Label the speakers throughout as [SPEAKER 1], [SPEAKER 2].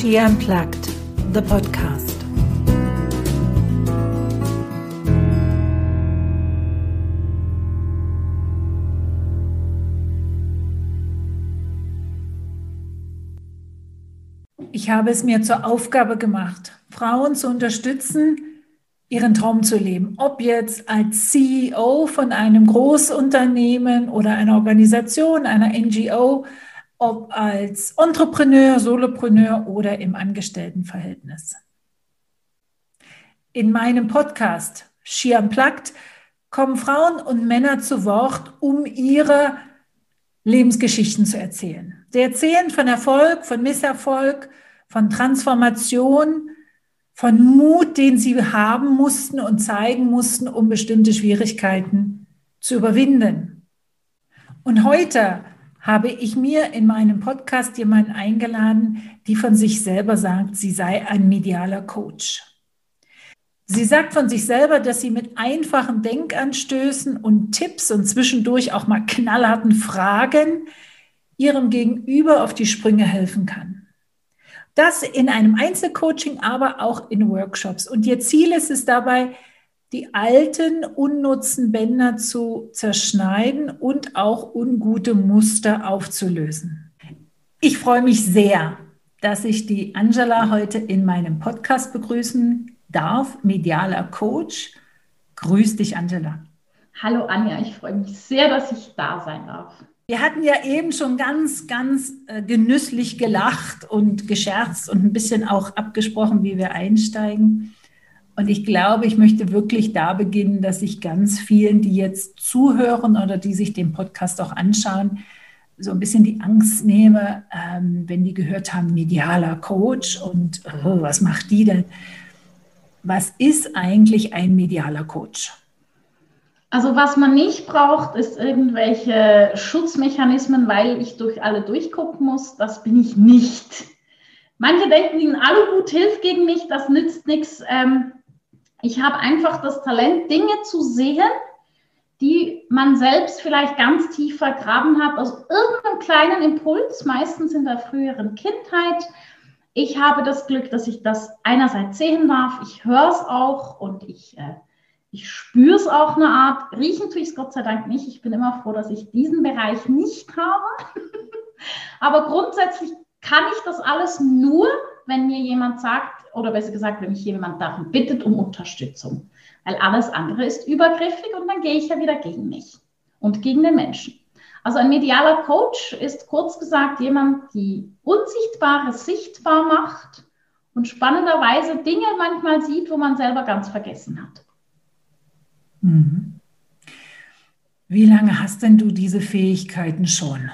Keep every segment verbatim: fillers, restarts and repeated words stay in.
[SPEAKER 1] She Unplugged, the podcast. Ich habe es mir zur Aufgabe gemacht, Frauen zu unterstützen, ihren Traum zu leben. Ob jetzt als C E O von einem Großunternehmen oder einer Organisation, einer N G O, ob als Entrepreneur, Solopreneur oder im Angestelltenverhältnis. In meinem Podcast She Unplugged kommen Frauen und Männer zu Wort, um ihre Lebensgeschichten zu erzählen. Sie erzählen von Erfolg, von Misserfolg, von Transformation, von Mut, den sie haben mussten und zeigen mussten, um bestimmte Schwierigkeiten zu überwinden. Und heute habe ich mir in meinem Podcast jemanden eingeladen, die von sich selber sagt, sie sei ein medialer Coach. Sie sagt von sich selber, dass sie mit einfachen Denkanstößen und Tipps und zwischendurch auch mal knallharten Fragen ihrem Gegenüber auf die Sprünge helfen kann. Das in einem Einzelcoaching, aber auch in Workshops. Und ihr Ziel ist es dabei, die alten, unnutzen Bänder zu zerschneiden und auch ungute Muster aufzulösen. Ich freue mich sehr, dass ich die Angela heute in meinem Podcast begrüßen darf, medialer Coach. Grüß dich, Angela.
[SPEAKER 2] Hallo Anja, ich freue mich sehr, dass ich da sein darf.
[SPEAKER 1] Wir hatten ja eben schon ganz, ganz äh, genüsslich gelacht und gescherzt und ein bisschen auch abgesprochen, wie wir einsteigen. Und ich glaube, ich möchte wirklich da beginnen, dass ich ganz vielen, die jetzt zuhören oder die sich den Podcast auch anschauen, so ein bisschen die Angst nehme, ähm, wenn die gehört haben, medialer Coach und oh, was macht die denn? Was ist eigentlich ein medialer Coach?
[SPEAKER 2] Also was man nicht braucht, ist irgendwelche Schutzmechanismen, weil ich durch alle durchgucken muss. Das bin ich nicht. Manche denken, ein Aluhut hilft gegen mich, das nützt nichts. Ähm, ich habe einfach das Talent, Dinge zu sehen, die man selbst vielleicht ganz tief vergraben hat, aus irgendeinem kleinen Impuls, meistens in der früheren Kindheit. Ich habe das Glück, dass ich das einerseits sehen darf, ich höre es auch und ich, äh, ich spüre es auch eine Art. Riechen tue ich es Gott sei Dank nicht. Ich bin immer froh, dass ich diesen Bereich nicht habe. Aber grundsätzlich kann ich das alles nur, wenn mir jemand sagt, oder besser gesagt, wenn mich jemand darum bittet, um Unterstützung. Weil alles andere ist übergriffig und dann gehe ich ja wieder gegen mich und gegen den Menschen. Also ein medialer Coach ist kurz gesagt jemand, die Unsichtbares sichtbar macht und spannenderweise Dinge manchmal sieht, wo man selber ganz vergessen hat.
[SPEAKER 1] Mhm. Wie lange hast denn du diese Fähigkeiten schon?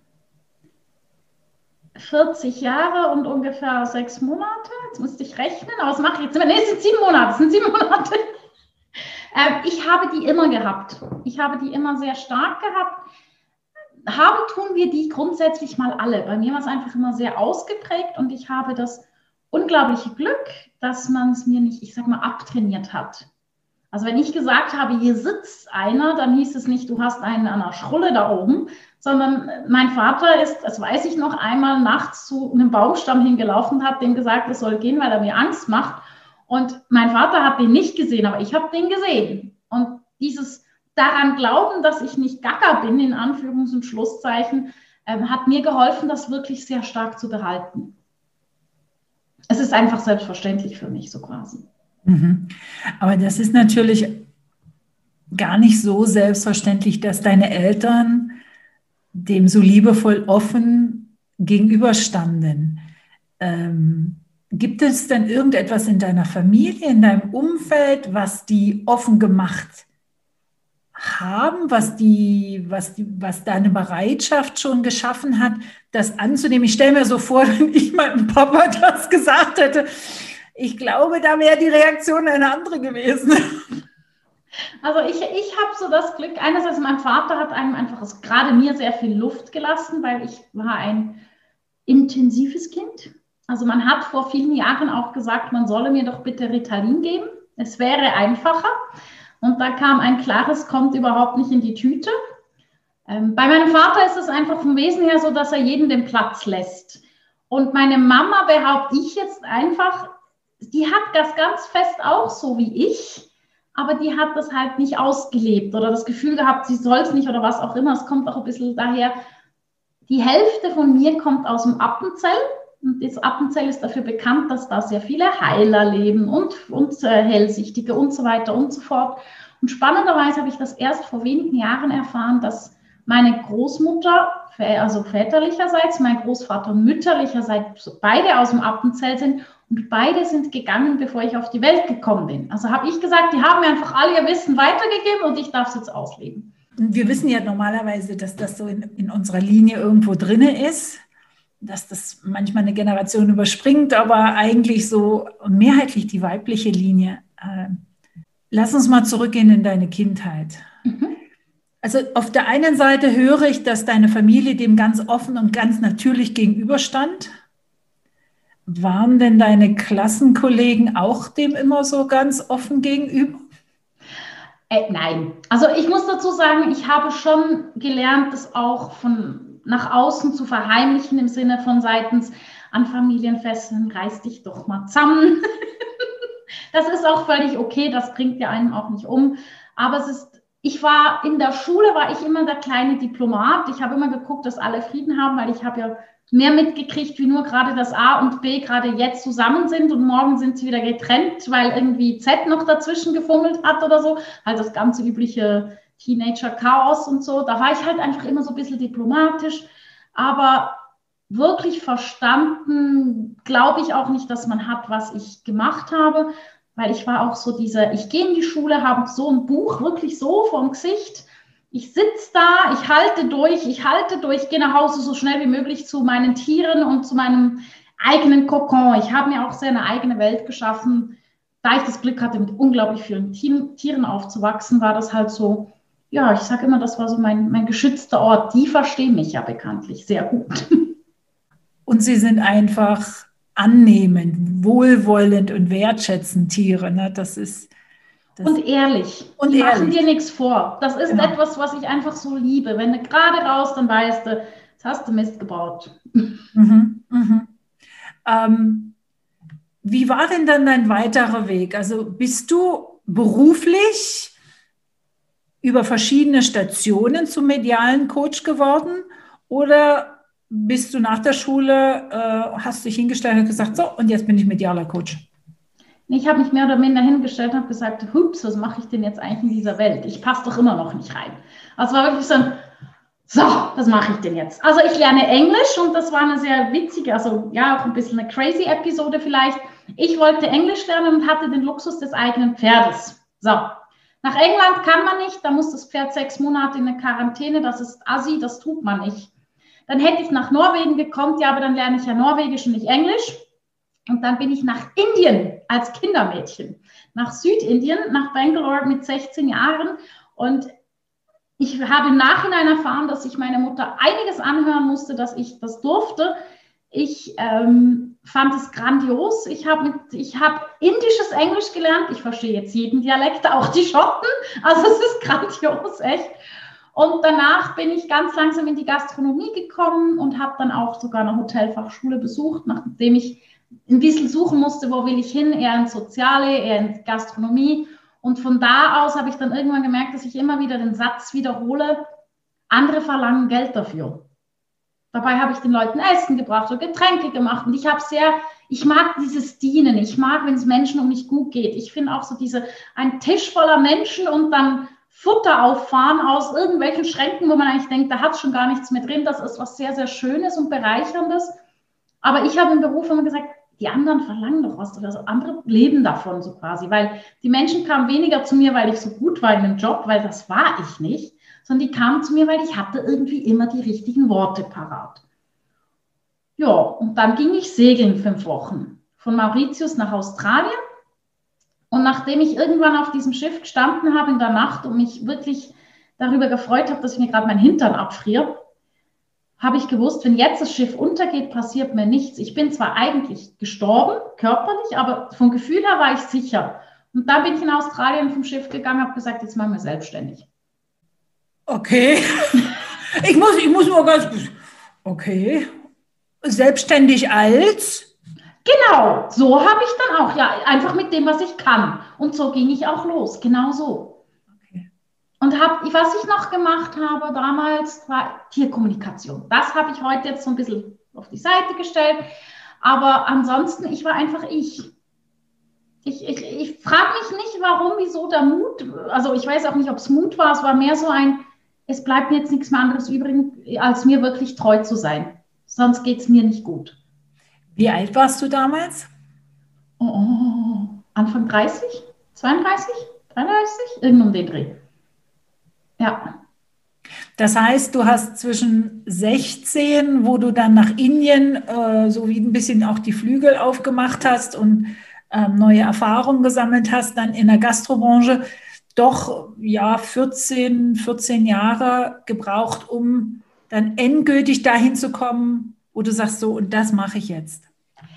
[SPEAKER 2] vierzig Jahre und ungefähr sechs Monate. Jetzt müsste ich rechnen, aber was mache ich jetzt? Nee, es sind sieben Monate. Es sind sieben Monate. Ähm, ich habe die immer gehabt. Ich habe die immer sehr stark gehabt. Haben tun wir die grundsätzlich mal alle. Bei mir war es einfach immer sehr ausgeprägt und ich habe das unglaubliche Glück, dass man es mir nicht, ich sag mal, abtrainiert hat. Also wenn ich gesagt habe, hier sitzt einer, dann hieß es nicht, du hast einen an der Schrulle da oben, sondern mein Vater ist, das weiß ich noch, einmal nachts zu einem Baumstamm hingelaufen und hat dem gesagt, es soll gehen, weil er mir Angst macht. Und mein Vater hat den nicht gesehen, aber ich habe den gesehen. Und dieses daran glauben, dass ich nicht gaga bin, in Anführungs- und Schlusszeichen, ähm, hat mir geholfen, das wirklich sehr stark zu behalten. Es ist einfach selbstverständlich für mich so quasi.
[SPEAKER 1] Mhm. Aber das ist natürlich gar nicht so selbstverständlich, dass deine Eltern dem so liebevoll offen gegenüberstanden. Ähm, gibt es denn irgendetwas in deiner Familie, in deinem Umfeld, was die offen gemacht haben, was, die, was, die, was deine Bereitschaft schon geschaffen hat, das anzunehmen? Ich stelle mir so vor, wenn ich meinem Papa das gesagt hätte, ich glaube, da wäre die Reaktion eine andere gewesen.
[SPEAKER 2] Also ich, ich habe so das Glück, einerseits mein Vater hat einem einfach gerade mir sehr viel Luft gelassen, weil ich war ein intensives Kind. Also man hat vor vielen Jahren auch gesagt, man solle mir doch bitte Ritalin geben. Es wäre einfacher. Und da kam ein klares, kommt überhaupt nicht in die Tüte. Ähm, bei meinem Vater ist es einfach vom Wesen her so, dass er jeden den Platz lässt. Und meine Mama, behaupte ich jetzt einfach, die hat das ganz fest auch so wie ich, aber die hat das halt nicht ausgelebt oder das Gefühl gehabt, sie soll es nicht oder was auch immer. Es kommt auch ein bisschen daher, die Hälfte von mir kommt aus dem Appenzell. Und das Appenzell ist dafür bekannt, dass da sehr viele Heiler leben und, und äh, Hellsichtige und so weiter und so fort. Und spannenderweise habe ich das erst vor wenigen Jahren erfahren, dass meine Großmutter, also väterlicherseits, mein Großvater mütterlicherseits, beide aus dem Appenzell sind und beide sind gegangen, bevor ich auf die Welt gekommen bin. Also habe ich gesagt, die haben mir einfach alle ihr Wissen weitergegeben und ich darf es jetzt ausleben.
[SPEAKER 1] Wir wissen ja normalerweise, dass das so in, in unserer Linie irgendwo drinne ist, dass das manchmal eine Generation überspringt, aber eigentlich so mehrheitlich die weibliche Linie. Äh, lass uns mal zurückgehen in deine Kindheit. Mhm. Also auf der einen Seite höre ich, dass deine Familie dem ganz offen und ganz natürlich gegenüberstand. Waren denn deine Klassenkollegen auch dem immer so ganz offen gegenüber?
[SPEAKER 2] Äh, nein. Also ich muss dazu sagen, ich habe schon gelernt, das auch von nach außen zu verheimlichen, im Sinne von seitens an Familienfesten, reiß dich doch mal zusammen. Das ist auch völlig okay, das bringt ja einen auch nicht um. Aber es ist, ich war in der Schule, war ich immer der kleine Diplomat. Ich habe immer geguckt, dass alle Frieden haben, weil ich habe ja mehr mitgekriegt, wie nur gerade das A und B gerade jetzt zusammen sind und morgen sind sie wieder getrennt, weil irgendwie Z noch dazwischen gefummelt hat oder so. Halt das ganze übliche Teenager-Chaos und so. Da war ich halt einfach immer so ein bisschen diplomatisch, aber wirklich verstanden glaube ich auch nicht, dass man hat, was ich gemacht habe, weil ich war auch so diese, ich gehe in die Schule, habe so ein Buch wirklich so vorm Gesicht, ich sitze da, ich halte durch, ich halte durch, ich gehe nach Hause so schnell wie möglich zu meinen Tieren und zu meinem eigenen Kokon. Ich habe mir auch sehr eine eigene Welt geschaffen. Da ich das Glück hatte, mit unglaublich vielen Tieren aufzuwachsen, war das halt so, ja, ich sage immer, das war so mein, mein geschützter Ort. Die verstehen mich ja bekanntlich sehr gut.
[SPEAKER 1] Und sie sind einfach annehmend, wohlwollend und wertschätzend Tiere. Ne? Das ist Das
[SPEAKER 2] und ehrlich.
[SPEAKER 1] Und
[SPEAKER 2] die
[SPEAKER 1] ehrlich.
[SPEAKER 2] machen dir nichts vor. Das ist genau. etwas, was ich einfach so liebe. Wenn du gerade raus, dann weißt du, jetzt hast du Mist gebaut.
[SPEAKER 1] Mhm, mhm. Ähm, wie war denn dann dein weiterer Weg? Also bist du beruflich über verschiedene Stationen zum medialen Coach geworden oder bist du nach der Schule, äh, hast dich hingestellt und gesagt, so, und jetzt bin ich medialer Coach?
[SPEAKER 2] Ich habe mich mehr oder minder hingestellt und habe gesagt, hups, was mache ich denn jetzt eigentlich in dieser Welt? Ich passe doch immer noch nicht rein. Also war wirklich so ein, so, was mache ich denn jetzt? Also ich lerne Englisch und das war eine sehr witzige, also ja, auch ein bisschen eine crazy Episode vielleicht. Ich wollte Englisch lernen und hatte den Luxus des eigenen Pferdes. So, nach England kann man nicht, da muss das Pferd sechs Monate in eine Quarantäne, das ist assi, das tut man nicht. Dann hätte ich nach Norwegen gekommen, ja, aber dann lerne ich ja Norwegisch und nicht Englisch. Und dann bin ich nach Indien als Kindermädchen, nach Südindien, nach Bangalore mit sechzehn Jahren. Und ich habe im Nachhinein erfahren, dass ich meine Mutter einiges anhören musste, dass ich das durfte. Ich ähm, fand es grandios. Ich habe mit, ich habe indisches Englisch gelernt. Ich verstehe jetzt jeden Dialekt, auch die Schotten. Also es ist grandios, echt. Und danach bin ich ganz langsam in die Gastronomie gekommen und habe dann auch sogar eine Hotelfachschule besucht, nachdem ich ein bisschen suchen musste, wo will ich hin, eher in Soziale, eher in Gastronomie. Und von da aus habe ich dann irgendwann gemerkt, dass ich immer wieder den Satz wiederhole, andere verlangen Geld dafür. Dabei habe ich den Leuten Essen gebracht oder Getränke gemacht. Und ich habe sehr, ich mag dieses Dienen. Ich mag, wenn es Menschen um mich gut geht. Ich finde auch so diese, ein Tisch voller Menschen und dann Futter auffahren aus irgendwelchen Schränken, wo man eigentlich denkt, da hat es schon gar nichts mehr drin. Das ist was sehr, sehr Schönes und Bereicherndes. Aber ich habe im Beruf immer gesagt, die anderen verlangen doch was, also andere leben davon so quasi, weil die Menschen kamen weniger zu mir, weil ich so gut war in dem Job, weil das war ich nicht, sondern die kamen zu mir, weil ich hatte irgendwie immer die richtigen Worte parat. Ja, und dann ging ich segeln fünf Wochen von Mauritius nach Australien und nachdem ich irgendwann auf diesem Schiff gestanden habe in der Nacht und mich wirklich darüber gefreut habe, dass ich mir gerade meinen Hintern abfriere, habe ich gewusst, wenn jetzt das Schiff untergeht, passiert mir nichts. Ich bin zwar eigentlich gestorben, körperlich, aber vom Gefühl her war ich sicher. Und dann bin ich in Australien vom Schiff gegangen und habe gesagt, jetzt machen wir selbstständig.
[SPEAKER 1] Okay. Ich muss, ich muss nur ganz... Okay. Selbstständig als?
[SPEAKER 2] Genau, so habe ich dann auch, ja, einfach mit dem, was ich kann. Und so ging ich auch los, genau so.
[SPEAKER 1] Okay.
[SPEAKER 2] Und hab, was ich noch gemacht habe damals, war Tierkommunikation. Das habe ich heute jetzt so ein bisschen auf die Seite gestellt. Aber ansonsten, ich war einfach ich. Ich, ich, ich frage mich nicht, warum, wieso der Mut, also ich weiß auch nicht, ob es Mut war, es war mehr so ein, es bleibt mir jetzt nichts mehr anderes übrig, als mir wirklich treu zu sein. Sonst geht es mir nicht gut.
[SPEAKER 1] Wie alt warst du damals?
[SPEAKER 2] Oh, oh, Anfang dreißig, zweiunddreißig, dreiunddreißig, irgend um den Dreh. Ja.
[SPEAKER 1] Das heißt, du hast zwischen sechzehn, wo du dann nach Indien äh, so wie ein bisschen auch die Flügel aufgemacht hast und ähm, neue Erfahrungen gesammelt hast, dann in der Gastrobranche, doch ja vierzehn, vierzehn Jahre gebraucht, um dann endgültig dahin zu kommen, wo du sagst, so, und das mache ich jetzt.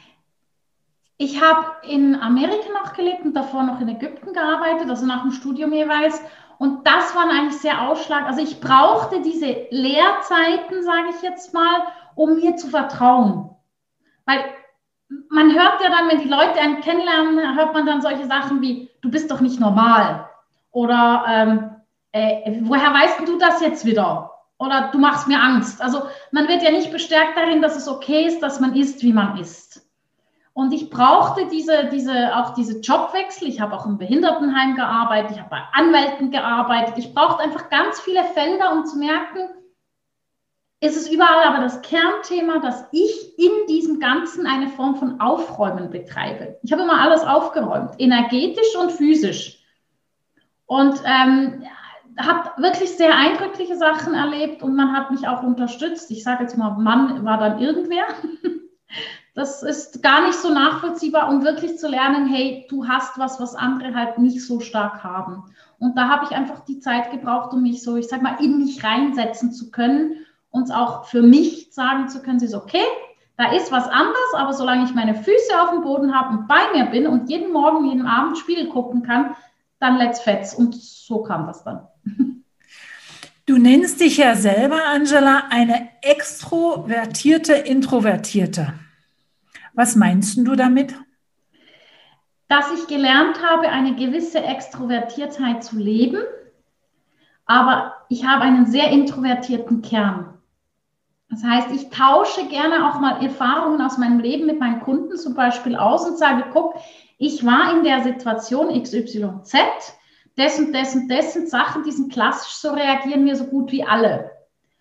[SPEAKER 2] Ich habe in Amerika noch gelebt und davor noch in Ägypten gearbeitet, also nach dem Studium jeweils. Und das waren eigentlich sehr ausschlag. Also ich brauchte diese Lehrzeiten, sage ich jetzt mal, um mir zu vertrauen. Weil man hört ja dann, wenn die Leute einen kennenlernen, hört man dann solche Sachen wie, du bist doch nicht normal. Oder ähm, äh, woher weißt du das jetzt wieder? Oder du machst mir Angst. Also man wird ja nicht bestärkt darin, dass es okay ist, dass man ist, wie man ist. Und ich brauchte diese, diese, auch diese Jobwechsel. Ich habe auch im Behindertenheim gearbeitet, ich habe bei Anwälten gearbeitet. Ich brauchte einfach ganz viele Felder, um zu merken, ist es überall aber das Kernthema, dass ich in diesem Ganzen eine Form von Aufräumen betreibe. Ich habe immer alles aufgeräumt, energetisch und physisch. Und ähm, habe wirklich sehr eindrückliche Sachen erlebt und man hat mich auch unterstützt. Ich sage jetzt mal, Mann war dann irgendwer. Das ist gar nicht so nachvollziehbar, um wirklich zu lernen, hey, du hast was, was andere halt nicht so stark haben. Und da habe ich einfach die Zeit gebraucht, um mich so, ich sag mal, in mich reinsetzen zu können und auch für mich sagen zu können, es ist okay, da ist was anderes, aber solange ich meine Füße auf dem Boden habe und bei mir bin und jeden Morgen, jeden Abend Spiegel gucken kann, dann let's fetz. Und so kam das dann.
[SPEAKER 1] Du nennst dich ja selber, Angela, eine extrovertierte Introvertierte. Was meinst du damit?
[SPEAKER 2] Dass ich gelernt habe, eine gewisse Extrovertiertheit zu leben, aber ich habe einen sehr introvertierten Kern. Das heißt, ich tausche gerne auch mal Erfahrungen aus meinem Leben mit meinen Kunden zum Beispiel aus und sage, guck, ich war in der Situation X Y Z, dessen, dessen, dessen Sachen, die sind klassisch, so reagieren wir so gut wie alle.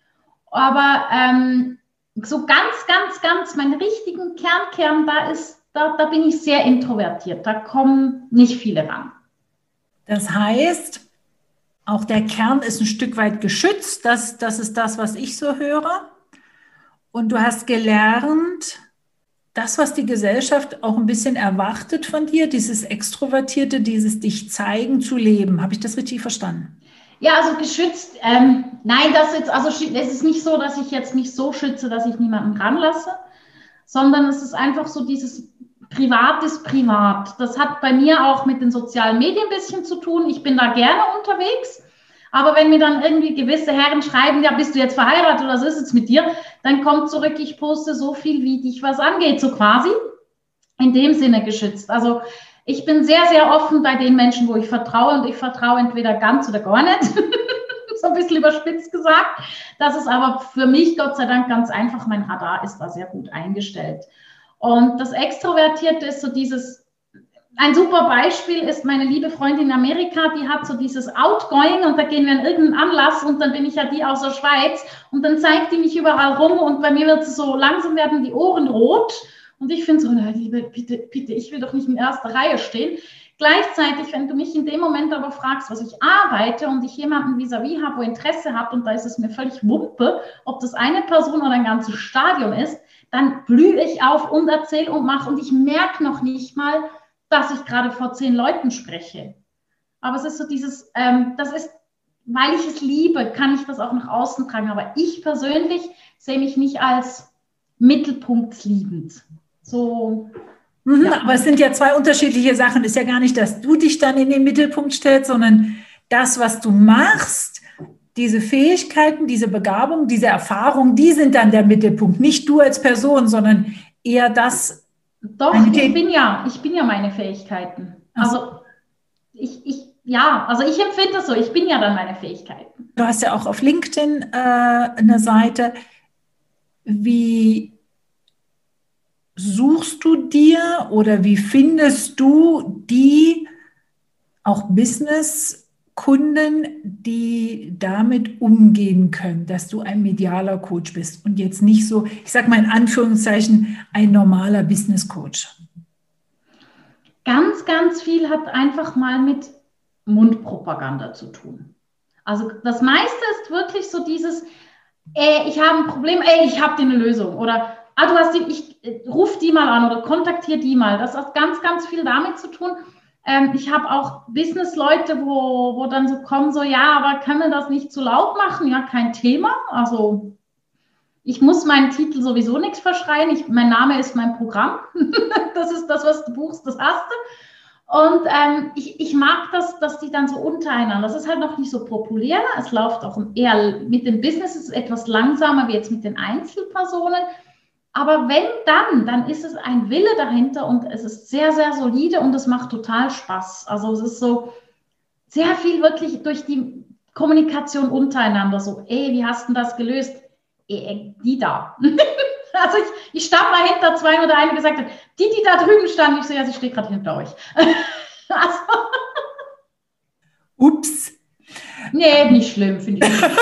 [SPEAKER 2] Aber ähm, so ganz, ganz, ganz meinen richtigen Kernkern, da ist, da, da bin ich sehr introvertiert. Da kommen nicht viele ran.
[SPEAKER 1] Das heißt, auch der Kern ist ein Stück weit geschützt. Das, das ist das, was ich so höre. Und du hast gelernt, das, was die Gesellschaft auch ein bisschen erwartet von dir, dieses Extrovertierte, dieses dich zeigen, zu leben. Habe ich das richtig verstanden?
[SPEAKER 2] Ja, also geschützt, ähm, nein, das jetzt, also es ist nicht so, dass ich jetzt mich so schütze, dass ich niemanden ranlasse, sondern es ist einfach so dieses Privat ist privat. Das hat bei mir auch mit den sozialen Medien ein bisschen zu tun. Ich bin da gerne unterwegs, aber wenn mir dann irgendwie gewisse Herren schreiben, ja, bist du jetzt verheiratet oder was ist jetzt mit dir, dann kommt zurück, ich poste so viel, wie dich was angeht, so quasi. In dem Sinne geschützt. Also ich bin sehr, sehr offen bei den Menschen, wo ich vertraue, und ich vertraue entweder ganz oder gar nicht. So ein bisschen überspitzt gesagt. Das ist aber für mich, Gott sei Dank, ganz einfach. Mein Radar ist da sehr gut eingestellt. Und das Extrovertierte ist so dieses, ein super Beispiel ist meine liebe Freundin in Amerika, die hat so dieses Outgoing und da gehen wir an irgendeinen Anlass und dann bin ich ja die aus der Schweiz und dann zeigt die mich überall rum und bei mir wird es so, langsam werden die Ohren rot. Und ich finde so, na, liebe, bitte, bitte, ich will doch nicht in erster Reihe stehen. Gleichzeitig, wenn du mich in dem Moment aber fragst, was ich arbeite und ich jemanden vis-à-vis habe, wo Interesse hat und da ist es mir völlig Wumpe, ob das eine Person oder ein ganzes Stadion ist, dann blühe ich auf und erzähle und mache und ich merke noch nicht mal, dass ich gerade vor zehn Leuten spreche. Aber es ist so dieses, ähm, das ist, weil ich es liebe, kann ich das auch nach außen tragen. Aber ich persönlich sehe mich nicht als mittelpunktsliebend. So,
[SPEAKER 1] mhm,
[SPEAKER 2] ja.
[SPEAKER 1] Aber es sind ja zwei unterschiedliche Sachen. Es ist ja gar nicht, dass du dich dann in den Mittelpunkt stellst, sondern das, was du machst, diese Fähigkeiten, diese Begabung, diese Erfahrung, die sind dann der Mittelpunkt. Nicht du als Person, sondern eher das.
[SPEAKER 2] Doch, ich bin ja, ich bin ja meine Fähigkeiten. Also ich, ich, ja, also ich empfinde das so, ich bin ja dann meine Fähigkeiten.
[SPEAKER 1] Du hast ja auch auf LinkedIn äh, eine Seite. Wie suchst du dir oder wie findest du die auch Business-Kunden, die damit umgehen können, dass du ein medialer Coach bist und jetzt nicht so, ich sage mal in Anführungszeichen, ein normaler Business-Coach?
[SPEAKER 2] Ganz, ganz viel hat einfach mal mit Mundpropaganda zu tun. Also das meiste ist wirklich so dieses, ey, ich habe ein Problem, ey, ich habe dir eine Lösung. Oder, ah, du hast die, ich äh, ruf die mal an oder kontaktiere die mal. Das hat ganz, ganz viel damit zu tun. Ähm, ich habe auch Business-Leute, wo, wo dann so kommen, so, ja, aber können wir das nicht zu laut machen? Ja, kein Thema. Also ich muss meinen Titel sowieso nichts verschreien. Ich, mein Name ist mein Programm. Das ist das, was du buchst, das hast du. Und ähm, ich, ich mag das, dass die dann so untereinander, das ist halt noch nicht so populär, es läuft auch eher mit den Businesses etwas langsamer wie jetzt mit den Einzelpersonen, aber wenn dann, dann ist es ein Wille dahinter und es ist sehr, sehr solide und es macht total Spaß. Also es ist so sehr viel wirklich durch die Kommunikation untereinander, so, ey, wie hast du das gelöst? Ey, die da. Also ich, ich stand mal hinter zwei oder eine gesagt hat, die, die da drüben standen, ich so, ja, sie steht gerade hinter euch. Also,
[SPEAKER 1] Ups.
[SPEAKER 2] Nee, nicht schlimm, finde ich nicht.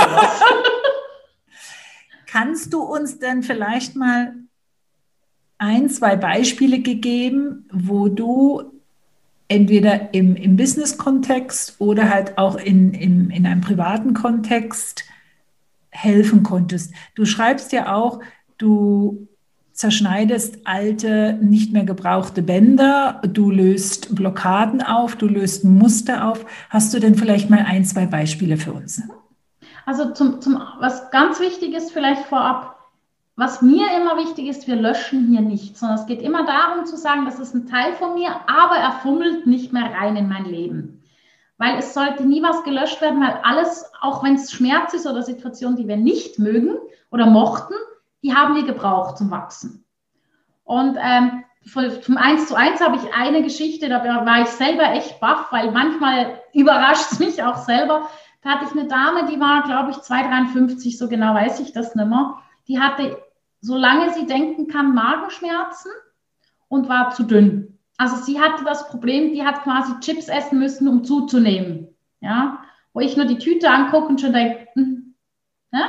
[SPEAKER 1] Kannst du uns denn vielleicht mal ein, zwei Beispiele gegeben, wo du entweder im, im Business-Kontext oder halt auch in, in, in einem privaten Kontext helfen konntest? Du schreibst ja auch, du zerschneidest alte, nicht mehr gebrauchte Bänder, du löst Blockaden auf, du löst Muster auf. Hast du denn vielleicht mal ein, zwei Beispiele für uns?
[SPEAKER 2] Also zum, zum, was ganz wichtig ist vielleicht vorab, was mir immer wichtig ist, wir löschen hier nicht, sondern es geht immer darum zu sagen, das ist ein Teil von mir, aber er fummelt nicht mehr rein in mein Leben. Weil es sollte nie was gelöscht werden, weil alles, auch wenn es Schmerz ist oder Situationen, die wir nicht mögen oder mochten, die haben wir gebraucht zum Wachsen. Und ähm, vom eins zu eins habe ich eine Geschichte, da war ich selber echt baff, weil manchmal überrascht es mich auch selber. Da hatte ich eine Dame, die war, glaube ich, zwei Komma dreiundfünfzig, so genau weiß ich das nicht mehr. Die hatte, solange sie denken kann, Magenschmerzen und war zu dünn. Also sie hatte das Problem, die hat quasi Chips essen müssen, um zuzunehmen. Ja? Wo ich nur die Tüte angucke und schon denke, hm, ja?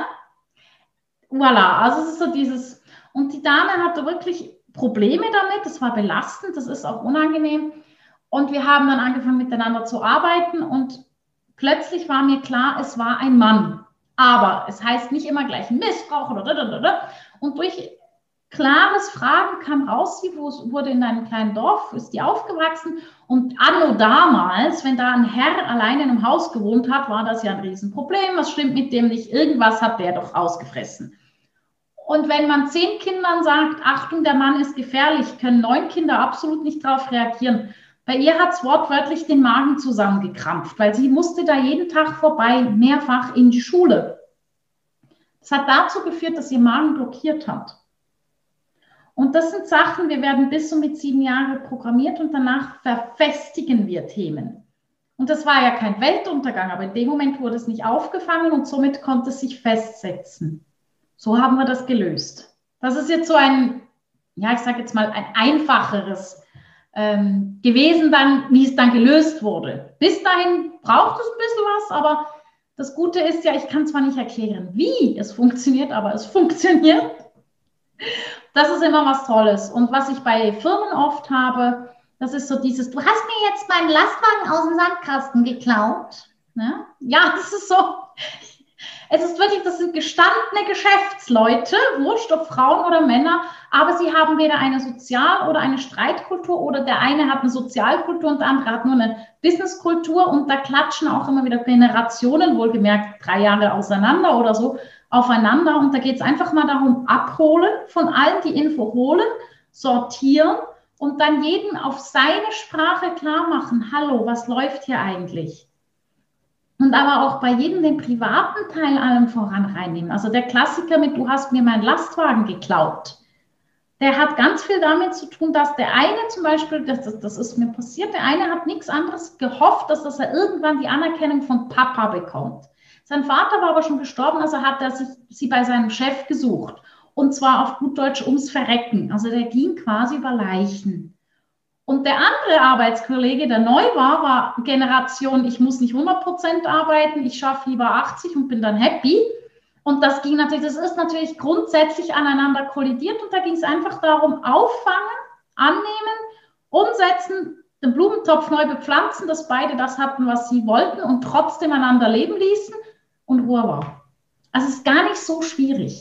[SPEAKER 2] Voilà, also es ist so dieses, und die Dame hatte wirklich Probleme damit, das war belastend, das ist auch unangenehm. Und wir haben dann angefangen miteinander zu arbeiten und plötzlich war mir klar, es war ein Mann. Aber es heißt nicht immer gleich Missbrauch oder da, da, da, da. Und durch klares Fragen kam raus, sie wurde in einem kleinen Dorf, ist die aufgewachsen und anno damals, wenn da ein Herr allein in einem Haus gewohnt hat, war das ja ein Riesenproblem, was stimmt mit dem nicht, irgendwas hat der doch ausgefressen. Und wenn man zehn Kindern sagt, Achtung, der Mann ist gefährlich, können neun Kinder absolut nicht darauf reagieren. Bei ihr hat es wortwörtlich den Magen zusammengekrampft, weil sie musste da jeden Tag vorbei, mehrfach in die Schule. Das hat dazu geführt, dass ihr Magen blockiert hat. Und das sind Sachen, wir werden bis so mit sieben Jahren programmiert und danach verfestigen wir Themen. Und das war ja kein Weltuntergang, aber in dem Moment wurde es nicht aufgefangen und somit konnte es sich festsetzen. So haben wir das gelöst. Das ist jetzt so ein, ja, ich sage jetzt mal, ein einfacheres ähm, gewesen dann, wie es dann gelöst wurde. Bis dahin braucht es ein bisschen was, aber das Gute ist ja, ich kann zwar nicht erklären, wie es funktioniert, aber es funktioniert. Das ist immer was Tolles. Und was ich bei Firmen oft habe, das ist so dieses, du hast mir jetzt meinen Lastwagen aus dem Sandkasten geklaut. Ne? Ja, das ist so. Es ist wirklich, das sind gestandene Geschäftsleute, wurscht ob Frauen oder Männer, aber sie haben weder eine Sozial- oder eine Streitkultur oder der eine hat eine Sozialkultur und der andere hat nur eine Businesskultur und da klatschen auch immer wieder Generationen, wohlgemerkt drei Jahre auseinander oder so, aufeinander und da geht es einfach mal darum, abholen, von allen die Info holen, sortieren und dann jedem auf seine Sprache klar machen, hallo, was läuft hier eigentlich? Und aber auch bei jedem den privaten Teil allem voran reinnehmen. Also der Klassiker mit, du hast mir meinen Lastwagen geklaut. Der hat ganz viel damit zu tun, dass der eine zum Beispiel, das, das, das ist mir passiert, der eine hat nichts anderes gehofft, dass, dass er irgendwann die Anerkennung von Papa bekommt. Sein Vater war aber schon gestorben, also hat er sich, sie bei seinem Chef gesucht. Und zwar auf gut Deutsch ums Verrecken. Also der ging quasi über Leichen. Und der andere Arbeitskollege, der neu war, war Generation, ich muss nicht hundert Prozent arbeiten, ich schaffe lieber achtzig und bin dann happy. Und das ging natürlich, das ist natürlich grundsätzlich aneinander kollidiert und da ging es einfach darum, auffangen, annehmen, umsetzen, den Blumentopf neu bepflanzen, dass beide das hatten, was sie wollten und trotzdem einander leben ließen und Ruhe war. Also es ist gar nicht so schwierig.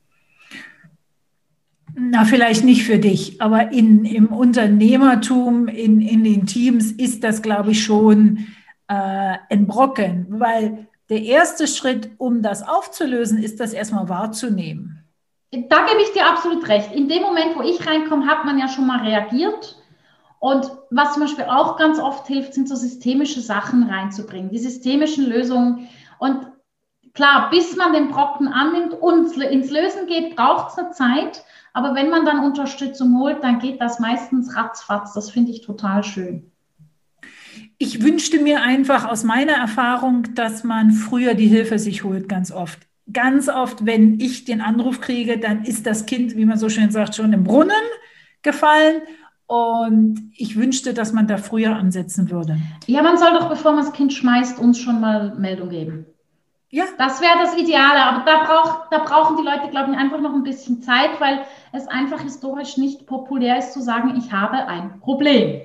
[SPEAKER 1] Na, vielleicht nicht für dich, aber in, im Unternehmertum, in, in den Teams ist das, glaube ich, schon äh, ein Brocken, weil der erste Schritt, um das aufzulösen, ist das erstmal wahrzunehmen.
[SPEAKER 2] Da gebe ich dir absolut recht. In dem Moment, wo ich reinkomme, hat man ja schon mal reagiert. Und was zum Beispiel auch ganz oft hilft, sind so systemische Sachen reinzubringen, die systemischen Lösungen. Und klar, bis man den Brocken annimmt und ins Lösen geht, braucht es eine Zeit. Aber wenn man dann Unterstützung holt, dann geht das meistens ratzfatz. Das finde ich total schön.
[SPEAKER 1] Ich wünschte mir einfach aus meiner Erfahrung, dass man früher die Hilfe sich holt, ganz oft. Ganz oft, wenn ich den Anruf kriege, dann ist das Kind, wie man so schön sagt, schon im Brunnen gefallen. Und ich wünschte, dass man da früher ansetzen würde.
[SPEAKER 2] Ja, man soll doch, bevor man das Kind schmeißt, uns schon mal Meldung geben. Ja. Das wäre das Ideale, aber da, brauch, da brauchen die Leute, glaube ich, einfach noch ein bisschen Zeit, weil es einfach historisch nicht populär ist, zu sagen, ich habe ein Problem.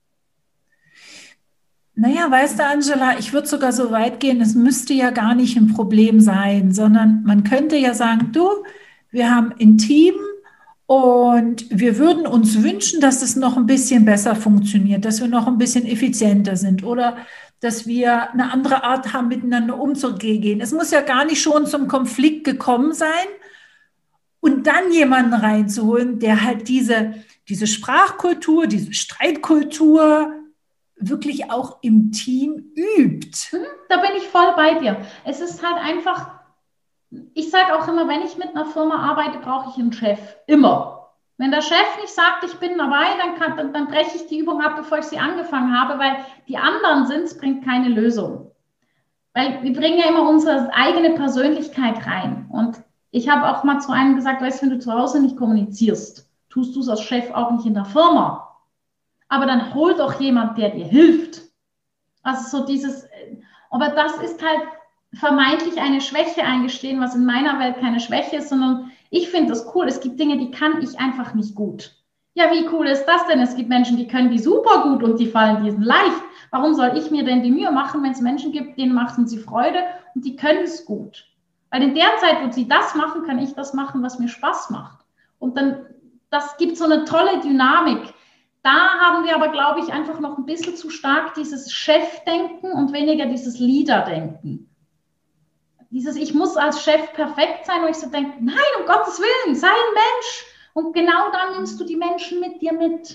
[SPEAKER 1] Naja, weißt du, Angela, ich würde sogar so weit gehen, es müsste ja gar nicht ein Problem sein, sondern man könnte ja sagen, du, wir haben ein Team und wir würden uns wünschen, dass es noch ein bisschen besser funktioniert, dass wir noch ein bisschen effizienter sind oder dass wir eine andere Art haben, miteinander umzugehen. Es muss ja gar nicht schon zum Konflikt gekommen sein und dann jemanden reinzuholen, der halt diese, diese Sprachkultur, diese Streitkultur wirklich auch im Team übt.
[SPEAKER 2] Da bin ich voll bei dir. Es ist halt einfach, ich sage auch immer, wenn ich mit einer Firma arbeite, brauche ich einen Chef. Immer. Wenn der Chef nicht sagt, ich bin dabei, dann, kann, dann, dann breche ich die Übung ab, bevor ich sie angefangen habe, weil die anderen sind, es bringt keine Lösung. Weil wir bringen ja immer unsere eigene Persönlichkeit rein. Und ich habe auch mal zu einem gesagt, weißt du, wenn du zu Hause nicht kommunizierst, tust du es als Chef auch nicht in der Firma. Aber dann hol doch jemand, der dir hilft. Also so dieses, aber das ist halt vermeintlich eine Schwäche eingestehen, was in meiner Welt keine Schwäche ist, sondern ich finde das cool. Es gibt Dinge, die kann ich einfach nicht gut. Ja, wie cool ist das denn? Es gibt Menschen, die können die super gut und die fallen diesen leicht. Warum soll ich mir denn die Mühe machen, wenn es Menschen gibt, denen machen sie Freude und die können es gut? Weil in der Zeit, wo sie das machen, kann ich das machen, was mir Spaß macht. Und dann, das gibt so eine tolle Dynamik. Da haben wir aber, glaube ich, einfach noch ein bisschen zu stark dieses Chefdenken und weniger dieses Leaderdenken. Dieses, ich muss als Chef perfekt sein, wo ich so denke, nein, um Gottes Willen, sei ein Mensch. Und genau dann nimmst du die Menschen mit dir mit.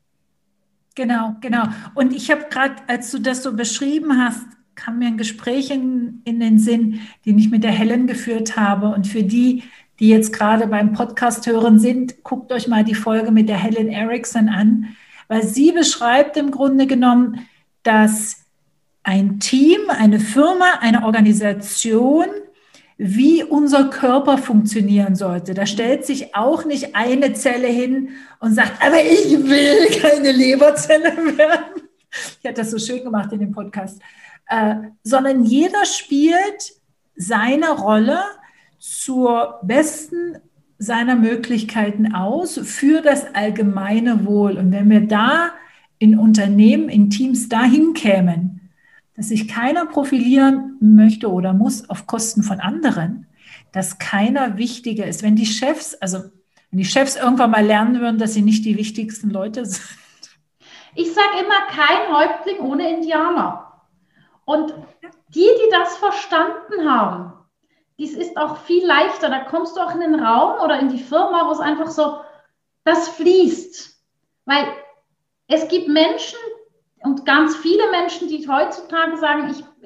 [SPEAKER 1] Genau, genau. Und ich habe gerade, als du das so beschrieben hast, kam mir ein Gespräch in, in den Sinn, den ich mit der Helen geführt habe. Und für die, die jetzt gerade beim Podcast hören sind, guckt euch mal die Folge mit der Helen Erickson an, weil sie beschreibt im Grunde genommen, dass ein Team, eine Firma, eine Organisation, wie unser Körper funktionieren sollte. Da stellt sich auch nicht eine Zelle hin und sagt, aber ich will keine Leberzelle werden. Ich hatte das so schön gemacht in dem Podcast. Äh, sondern jeder spielt seine Rolle zur besten seiner Möglichkeiten aus für das allgemeine Wohl. Und wenn wir da in Unternehmen, in Teams dahin kämen, dass sich keiner profilieren möchte oder muss auf Kosten von anderen, dass keiner wichtiger ist. Wenn die Chefs, also wenn die Chefs irgendwann mal lernen würden, dass sie nicht die wichtigsten Leute sind.
[SPEAKER 2] Ich sage immer, kein Häuptling ohne Indianer. Und die, die das verstanden haben, dies ist auch viel leichter. Da kommst du auch in den Raum oder in die Firma, wo es einfach so, das fließt. Weil es gibt Menschen, und ganz viele Menschen, die heutzutage sagen, ich,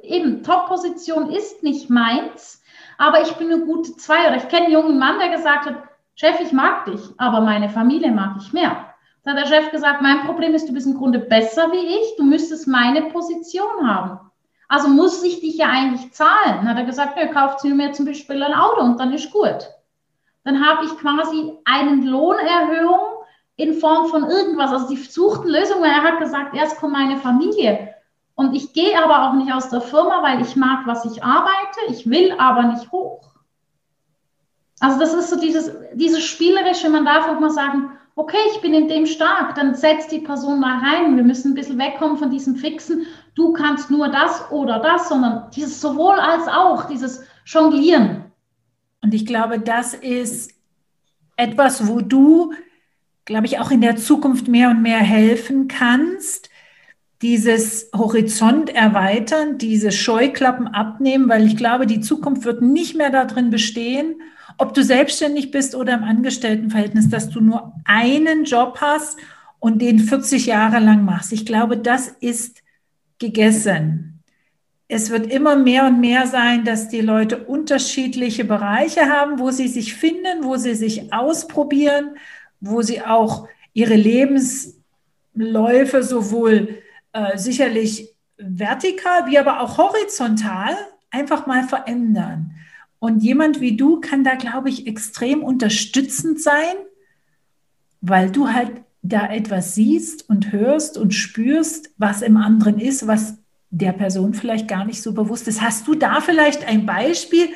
[SPEAKER 2] eben, Top-Position ist nicht meins, aber ich bin eine gute zwei. Oder ich kenne einen jungen Mann, der gesagt hat, Chef, ich mag dich, aber meine Familie mag ich mehr. Da hat der Chef gesagt, mein Problem ist, du bist im Grunde besser wie ich, du müsstest meine Position haben. Also muss ich dich ja eigentlich zahlen. Dann hat er gesagt, nö, kauft sie mir zum Beispiel ein Auto und dann ist gut. Dann habe ich quasi eine Lohnerhöhung in Form von irgendwas. Also die suchten Lösungen, weil er hat gesagt, erst kommt meine Familie. Und ich gehe aber auch nicht aus der Firma, weil ich mag, was ich arbeite. Ich will aber nicht hoch. Also das ist so dieses, dieses Spielerische, man darf auch mal sagen, okay, ich bin in dem stark, dann setzt die Person da rein. Wir müssen ein bisschen wegkommen von diesem Fixen, du kannst nur das oder das, sondern dieses sowohl als auch, dieses Jonglieren.
[SPEAKER 1] Und ich glaube, das ist etwas, wo du, glaube ich, auch in der Zukunft mehr und mehr helfen kannst, dieses Horizont erweitern, diese Scheuklappen abnehmen, weil ich glaube, die Zukunft wird nicht mehr darin bestehen, ob du selbstständig bist oder im Angestelltenverhältnis, dass du nur einen Job hast und den vierzig Jahre lang machst. Ich glaube, das ist gegessen. Es wird immer mehr und mehr sein, dass die Leute unterschiedliche Bereiche haben, wo sie sich finden, wo sie sich ausprobieren, wo sie auch ihre Lebensläufe sowohl äh, sicherlich vertikal wie aber auch horizontal einfach mal verändern. Und jemand wie du kann da, glaube ich, extrem unterstützend sein, weil du halt da etwas siehst und hörst und spürst, was im anderen ist, was der Person vielleicht gar nicht so bewusst ist. Hast du da vielleicht ein Beispiel,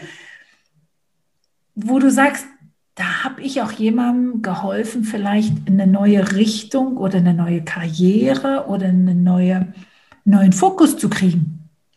[SPEAKER 1] wo du sagst, da habe ich auch jemandem geholfen, vielleicht eine neue Richtung oder eine neue Karriere oder einen neue, neuen Fokus zu kriegen?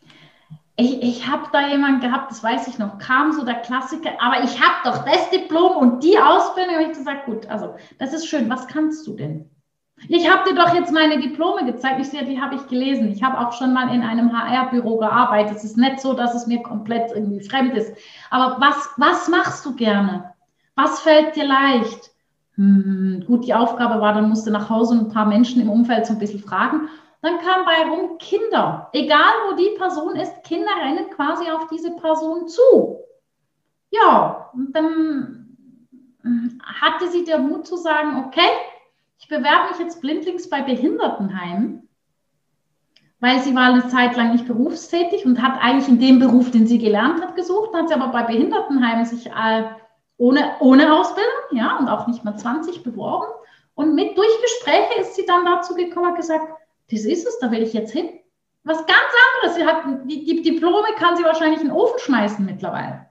[SPEAKER 2] Ich, ich habe da jemanden gehabt, das weiß ich noch, kam so der Klassiker, aber ich habe doch das Diplom und die Ausbildung. Und ich habe gesagt, gut, also das ist schön, was kannst du denn? Ich habe dir doch jetzt meine Diplome gezeigt. Ich sehe, die habe ich gelesen. Ich habe auch schon mal in einem H R-Büro gearbeitet. Es ist nicht so, dass es mir komplett irgendwie fremd ist. Aber was, was machst du gerne? Was fällt dir leicht? Hm, gut, die Aufgabe war, dann musste nach Hause und ein paar Menschen im Umfeld so ein bisschen fragen. Dann kam bei rum Kinder. Egal, wo die Person ist, Kinder rennen quasi auf diese Person zu. Ja, und dann hatte sie den Mut zu sagen, okay, ich bewerbe mich jetzt blindlings bei Behindertenheimen, weil sie war eine Zeit lang nicht berufstätig und hat eigentlich in dem Beruf, den sie gelernt hat, gesucht, hat sie aber bei Behindertenheimen sich äh, ohne, ohne Ausbildung, ja, und auch nicht mehr zwanzig beworben. Und mit durch Gespräche ist sie dann dazu gekommen und gesagt, das ist es, da will ich jetzt hin. Was ganz anderes. Sie hat, die, die Diplome kann sie wahrscheinlich in den Ofen schmeißen mittlerweile.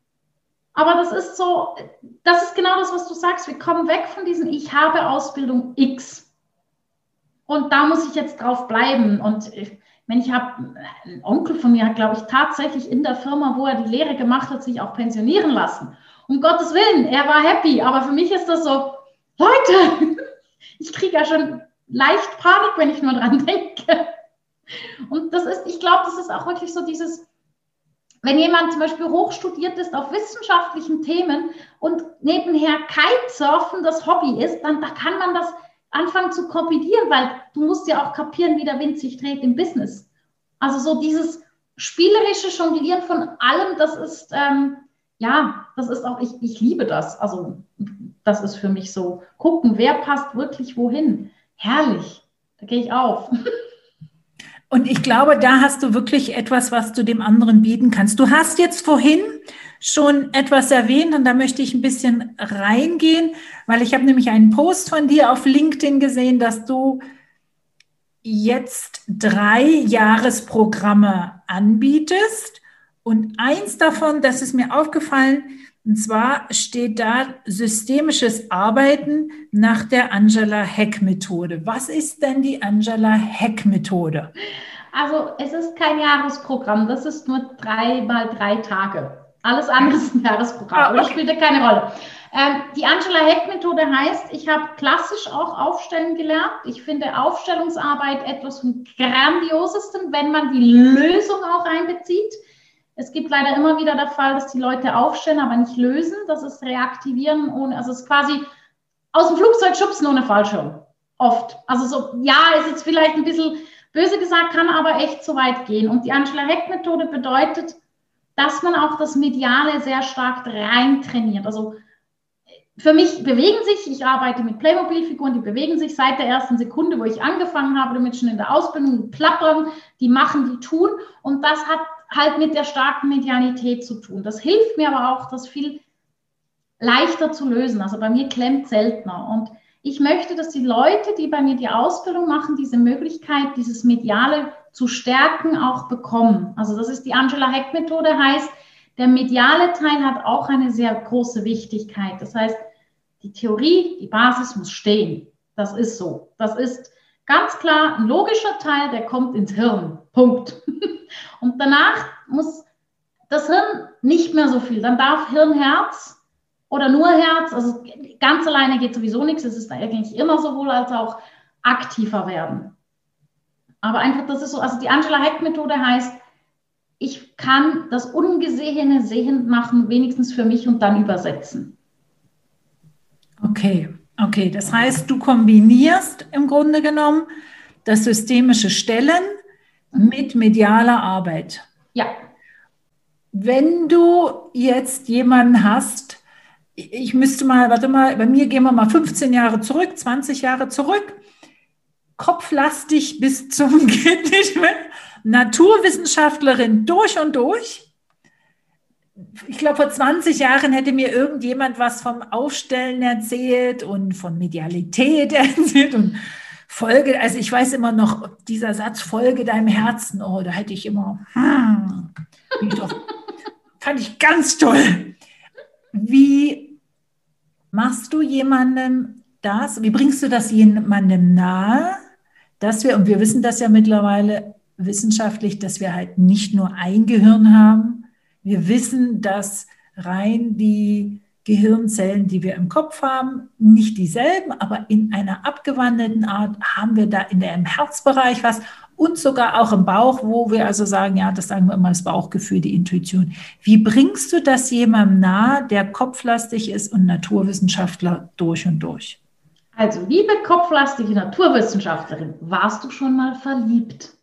[SPEAKER 2] Aber das ist so, das ist genau das, was du sagst. Wir kommen weg von diesem, ich habe Ausbildung X. Und da muss ich jetzt drauf bleiben. Und ich, wenn ich habe, ein Onkel von mir hat, glaube ich, tatsächlich in der Firma, wo er die Lehre gemacht hat, sich auch pensionieren lassen. Um Gottes Willen, er war happy. Aber für mich ist das so, Leute, ich kriege ja schon leicht Panik, wenn ich nur dran denke. Und das ist, ich glaube, das ist auch wirklich so dieses, wenn jemand zum Beispiel hochstudiert ist auf wissenschaftlichen Themen und nebenher Kitesurfen das Hobby ist, dann da kann man das anfangen zu korrigieren, weil du musst ja auch kapieren, wie der Wind sich dreht im Business. Also so dieses spielerische Jonglieren von allem, das ist, ähm, ja, das ist auch, ich, ich liebe das. Also das ist für mich so, gucken, wer passt wirklich wohin. Herrlich, da gehe ich auf.
[SPEAKER 1] Und ich glaube, da hast du wirklich etwas, was du dem anderen bieten kannst. Du hast jetzt vorhin schon etwas erwähnt und da möchte ich ein bisschen reingehen, weil ich habe nämlich einen Post von dir auf LinkedIn gesehen, dass du jetzt drei Jahresprogramme anbietest und eins davon, das ist mir aufgefallen, und zwar steht da systemisches Arbeiten nach der Angela-Heck-Methode. Was ist denn die Angela-Heck-Methode?
[SPEAKER 2] Also es ist kein Jahresprogramm, das ist nur drei mal drei Tage. Alles andere ist ein Jahresprogramm, aber das spielt ja keine Rolle. Ähm, die Angela-Heck-Methode heißt, ich habe klassisch auch Aufstellen gelernt. Ich finde Aufstellungsarbeit etwas vom Grandiosesten, wenn man die Lösung auch einbezieht. Es gibt leider immer wieder der Fall, dass die Leute aufstellen, aber nicht lösen. Das ist Reaktivieren ohne, also es ist quasi aus dem Flugzeug schubsen ohne Fallschirm. Oft. Also so, ja, ist jetzt vielleicht ein bisschen Böse gesagt, kann aber echt so weit gehen. Und die Angela-Heck-Methode bedeutet, dass man auch das Mediale sehr stark rein trainiert. Also für mich bewegen sich, ich arbeite mit Playmobil-Figuren, die bewegen sich seit der ersten Sekunde, wo ich angefangen habe, damit schon in der Ausbildung, die plappern, die machen, die tun. Und das hat halt mit der starken Medialität zu tun. Das hilft mir aber auch, das viel leichter zu lösen. Also bei mir klemmt seltener. Und ich möchte, dass die Leute, die bei mir die Ausbildung machen, diese Möglichkeit, dieses Mediale zu stärken, auch bekommen. Also das ist die Angela-Heck-Methode, heißt, der mediale Teil hat auch eine sehr große Wichtigkeit. Das heißt, die Theorie, die Basis muss stehen. Das ist so. Das ist ganz klar ein logischer Teil, der kommt ins Hirn. Punkt. Und danach muss das Hirn nicht mehr so viel. Dann darf Hirn, Herz oder nur Herz, also ganz alleine geht sowieso nichts. Es ist eigentlich immer sowohl als auch aktiver werden. Aber einfach, das ist so, also die Angela-Heck-Methode heißt, ich kann das Ungesehene sehend machen, wenigstens für mich und dann übersetzen.
[SPEAKER 1] Okay, okay. Das heißt, du kombinierst im Grunde genommen das systemische Stellen mit medialer Arbeit.
[SPEAKER 2] Ja.
[SPEAKER 1] Wenn du jetzt jemanden hast, ich müsste mal, warte mal, bei mir gehen wir mal fünfzehn Jahre zurück, zwanzig Jahre zurück, kopflastig bis zum geht nicht mehr, Naturwissenschaftlerin durch und durch. Ich glaube, vor zwanzig Jahren hätte mir irgendjemand was vom Aufstellen erzählt und von Medialität erzählt und Folge, also ich weiß immer noch, dieser Satz, folge deinem Herzen, oh, da hätte ich immer, hm, ich doch, fand ich ganz toll. Wie machst du jemandem das, wie bringst du das jemandem nahe, dass wir, und wir wissen das ja mittlerweile wissenschaftlich, dass wir halt nicht nur ein Gehirn haben, wir wissen, dass rein die Gehirnzellen, die wir im Kopf haben, nicht dieselben, aber in einer abgewandelten Art haben wir da in der, im Herzbereich was und sogar auch im Bauch, wo wir also sagen, ja, das sagen wir immer, das Bauchgefühl, die Intuition. Wie bringst du das jemandem nahe, der kopflastig ist und Naturwissenschaftler durch und durch?
[SPEAKER 2] Also, liebe kopflastige Naturwissenschaftlerin, warst du schon mal verliebt?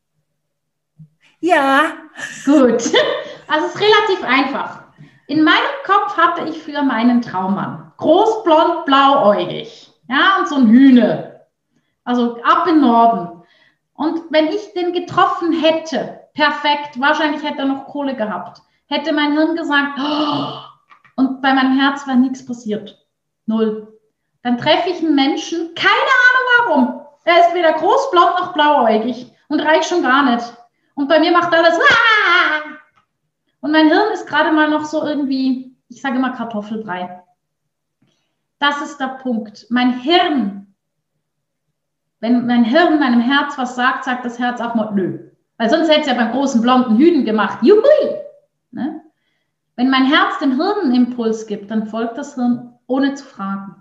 [SPEAKER 1] Ja.
[SPEAKER 2] Gut. Also, es ist relativ einfach. In meinem Kopf hatte ich für meinen Traummann. Groß, blond, blauäugig. Ja, und so ein Hühne. Also ab in Norden. Und wenn ich den getroffen hätte, perfekt, wahrscheinlich hätte er noch Kohle gehabt, hätte mein Hirn gesagt, oh, und bei meinem Herz war nichts passiert. Null. Dann treffe ich einen Menschen, keine Ahnung warum. Er ist weder groß, blond noch blauäugig und reich schon gar nicht. Und bei mir macht alles, Aah! Und mein Hirn ist gerade mal noch so irgendwie, ich sage immer Kartoffelbrei. Das ist der Punkt. Mein Hirn, wenn mein Hirn meinem Herz was sagt, sagt das Herz auch mal nö. Weil sonst hätte es ja beim großen blonden Hühn gemacht. Juhui! Ne? Wenn mein Herz dem Hirn einen Impuls gibt, dann folgt das Hirn ohne zu fragen.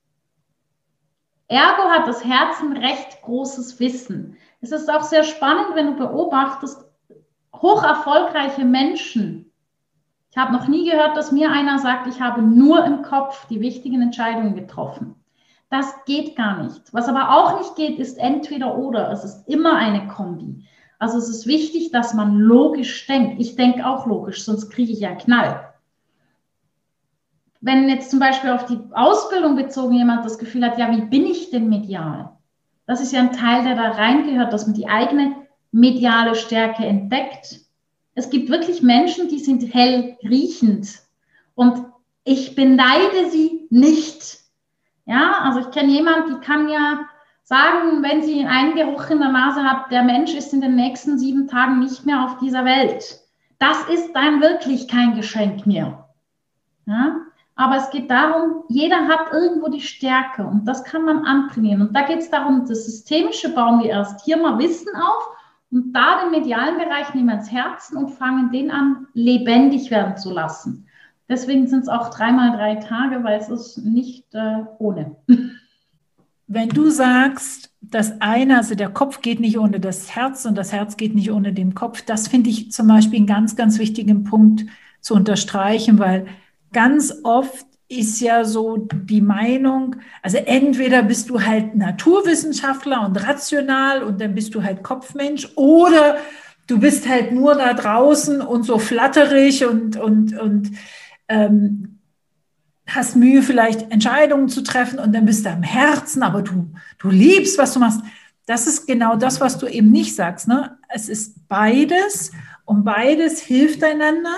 [SPEAKER 2] Ergo hat das Herz ein recht großes Wissen. Es ist auch sehr spannend, wenn du beobachtest, hoch erfolgreiche Menschen. Ich habe noch nie gehört, dass mir einer sagt, ich habe nur im Kopf die wichtigen Entscheidungen getroffen. Das geht gar nicht. Was aber auch nicht geht, ist entweder oder. Es ist immer eine Kombi. Also es ist wichtig, dass man logisch denkt. Ich denke auch logisch, sonst kriege ich ja Knall. Wenn jetzt zum Beispiel auf die Ausbildung bezogen jemand das Gefühl hat, ja, wie bin ich denn medial? Das ist ja ein Teil, der da reingehört, dass man die eigene mediale Stärke entdeckt. Es gibt wirklich Menschen, die sind hell riechend und ich beneide sie nicht. Ja, also ich kenne jemanden, die kann ja sagen, wenn sie einen Geruch in der Nase hat, der Mensch ist in den nächsten sieben Tagen nicht mehr auf dieser Welt. Das ist dann wirklich kein Geschenk mehr. Ja? Aber es geht darum, jeder hat irgendwo die Stärke und das kann man antrainieren. Und da geht es darum, das Systemische bauen wir erst hier mal Wissen auf und da den medialen Bereich nehmen wir ins Herzen und fangen den an, lebendig werden zu lassen. Deswegen sind es auch dreimal drei Tage, weil es ist nicht äh, ohne.
[SPEAKER 1] Wenn du sagst, das eine, also der Kopf geht nicht ohne das Herz und das Herz geht nicht ohne den Kopf, das finde ich zum Beispiel einen ganz, ganz wichtigen Punkt zu unterstreichen, weil ganz oft ist ja so die Meinung, also entweder bist du halt Naturwissenschaftler und rational und dann bist du halt Kopfmensch, oder du bist halt nur da draußen und so flatterig und, und, und ähm, hast Mühe, vielleicht Entscheidungen zu treffen und dann bist du am Herzen, aber du, du liebst, was du machst. Das ist genau das, was du eben nicht sagst, ne? Es ist beides und beides hilft einander,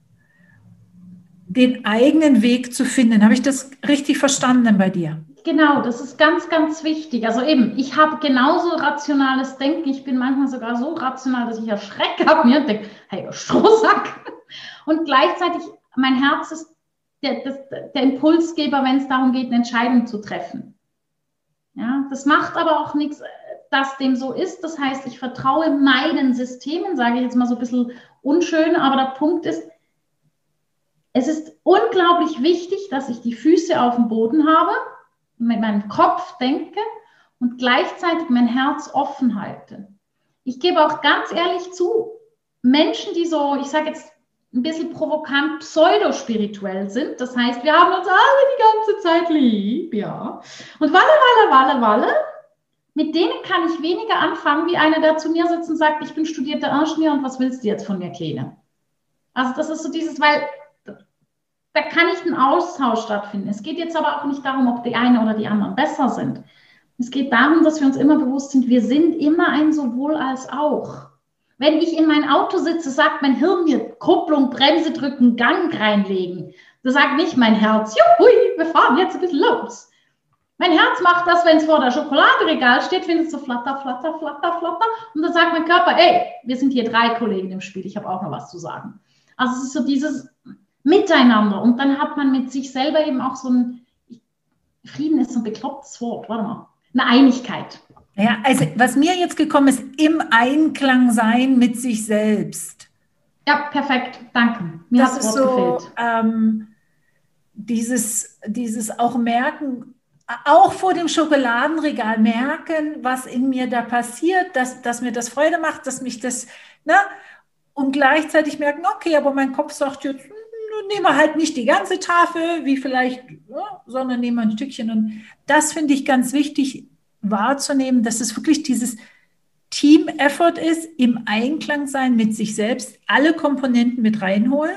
[SPEAKER 1] den eigenen Weg zu finden. Habe ich das richtig verstanden bei dir?
[SPEAKER 2] Genau, das ist ganz, ganz wichtig. Also eben, ich habe genauso rationales Denken. Ich bin manchmal sogar so rational, dass ich erschrecke ab mir und denke, hey, Strohsack. Und gleichzeitig, mein Herz ist der, das, der Impulsgeber, wenn es darum geht, eine Entscheidung zu treffen. Ja, das macht aber auch nichts, dass dem so ist. Das heißt, ich vertraue meinen Systemen, sage ich jetzt mal so ein bisschen unschön, aber der Punkt ist, es ist unglaublich wichtig, dass ich die Füße auf dem Boden habe, mit meinem Kopf denke und gleichzeitig mein Herz offen halte. Ich gebe auch ganz ehrlich zu, Menschen, die so, ich sage jetzt ein bisschen provokant, pseudospirituell sind, das heißt, wir haben uns alle die ganze Zeit lieb, ja, und walle, walle, walle, walle, mit denen kann ich weniger anfangen, wie einer, der zu mir sitzt und sagt, ich bin studierter Ingenieur und was willst du jetzt von mir, Kleine? Also das ist so dieses, weil da kann nicht ein Austausch stattfinden. Es geht jetzt aber auch nicht darum, ob die eine oder die anderen besser sind. Es geht darum, dass wir uns immer bewusst sind, wir sind immer ein sowohl als auch. Wenn ich in mein Auto sitze, sagt mein Hirn mir Kupplung, Bremse drücken, Gang reinlegen. Das sagt nicht mein Herz, juhui, wir fahren jetzt ein bisschen los. Mein Herz macht das, wenn es vor der Schokoladeregal steht, findet es so flatter, flatter, flatter, flatter. Und dann sagt mein Körper, ey, wir sind hier drei Kollegen im Spiel, ich habe auch noch was zu sagen. Also es ist so dieses Miteinander. Und dann hat man mit sich selber eben auch so ein, Frieden ist so ein beklopptes Wort, warte mal, eine Einigkeit.
[SPEAKER 1] Ja, also was mir jetzt gekommen ist, im Einklang sein mit sich selbst.
[SPEAKER 2] Ja, perfekt, danke. Mir
[SPEAKER 1] das
[SPEAKER 2] hat
[SPEAKER 1] ist
[SPEAKER 2] das
[SPEAKER 1] so,
[SPEAKER 2] Wort gefehlt.
[SPEAKER 1] Ähm, dieses, dieses auch merken, auch vor dem Schokoladenregal merken, was in mir da passiert, dass, dass mir das Freude macht, dass mich das, ne, und gleichzeitig merken, okay, aber mein Kopf sagt jetzt, nehmen wir halt nicht die ganze Tafel, wie vielleicht, ja, sondern nehmen wir ein Stückchen. Und das finde ich ganz wichtig wahrzunehmen, dass es wirklich dieses Team-Effort ist, im Einklang sein mit sich selbst, alle Komponenten mit reinholen.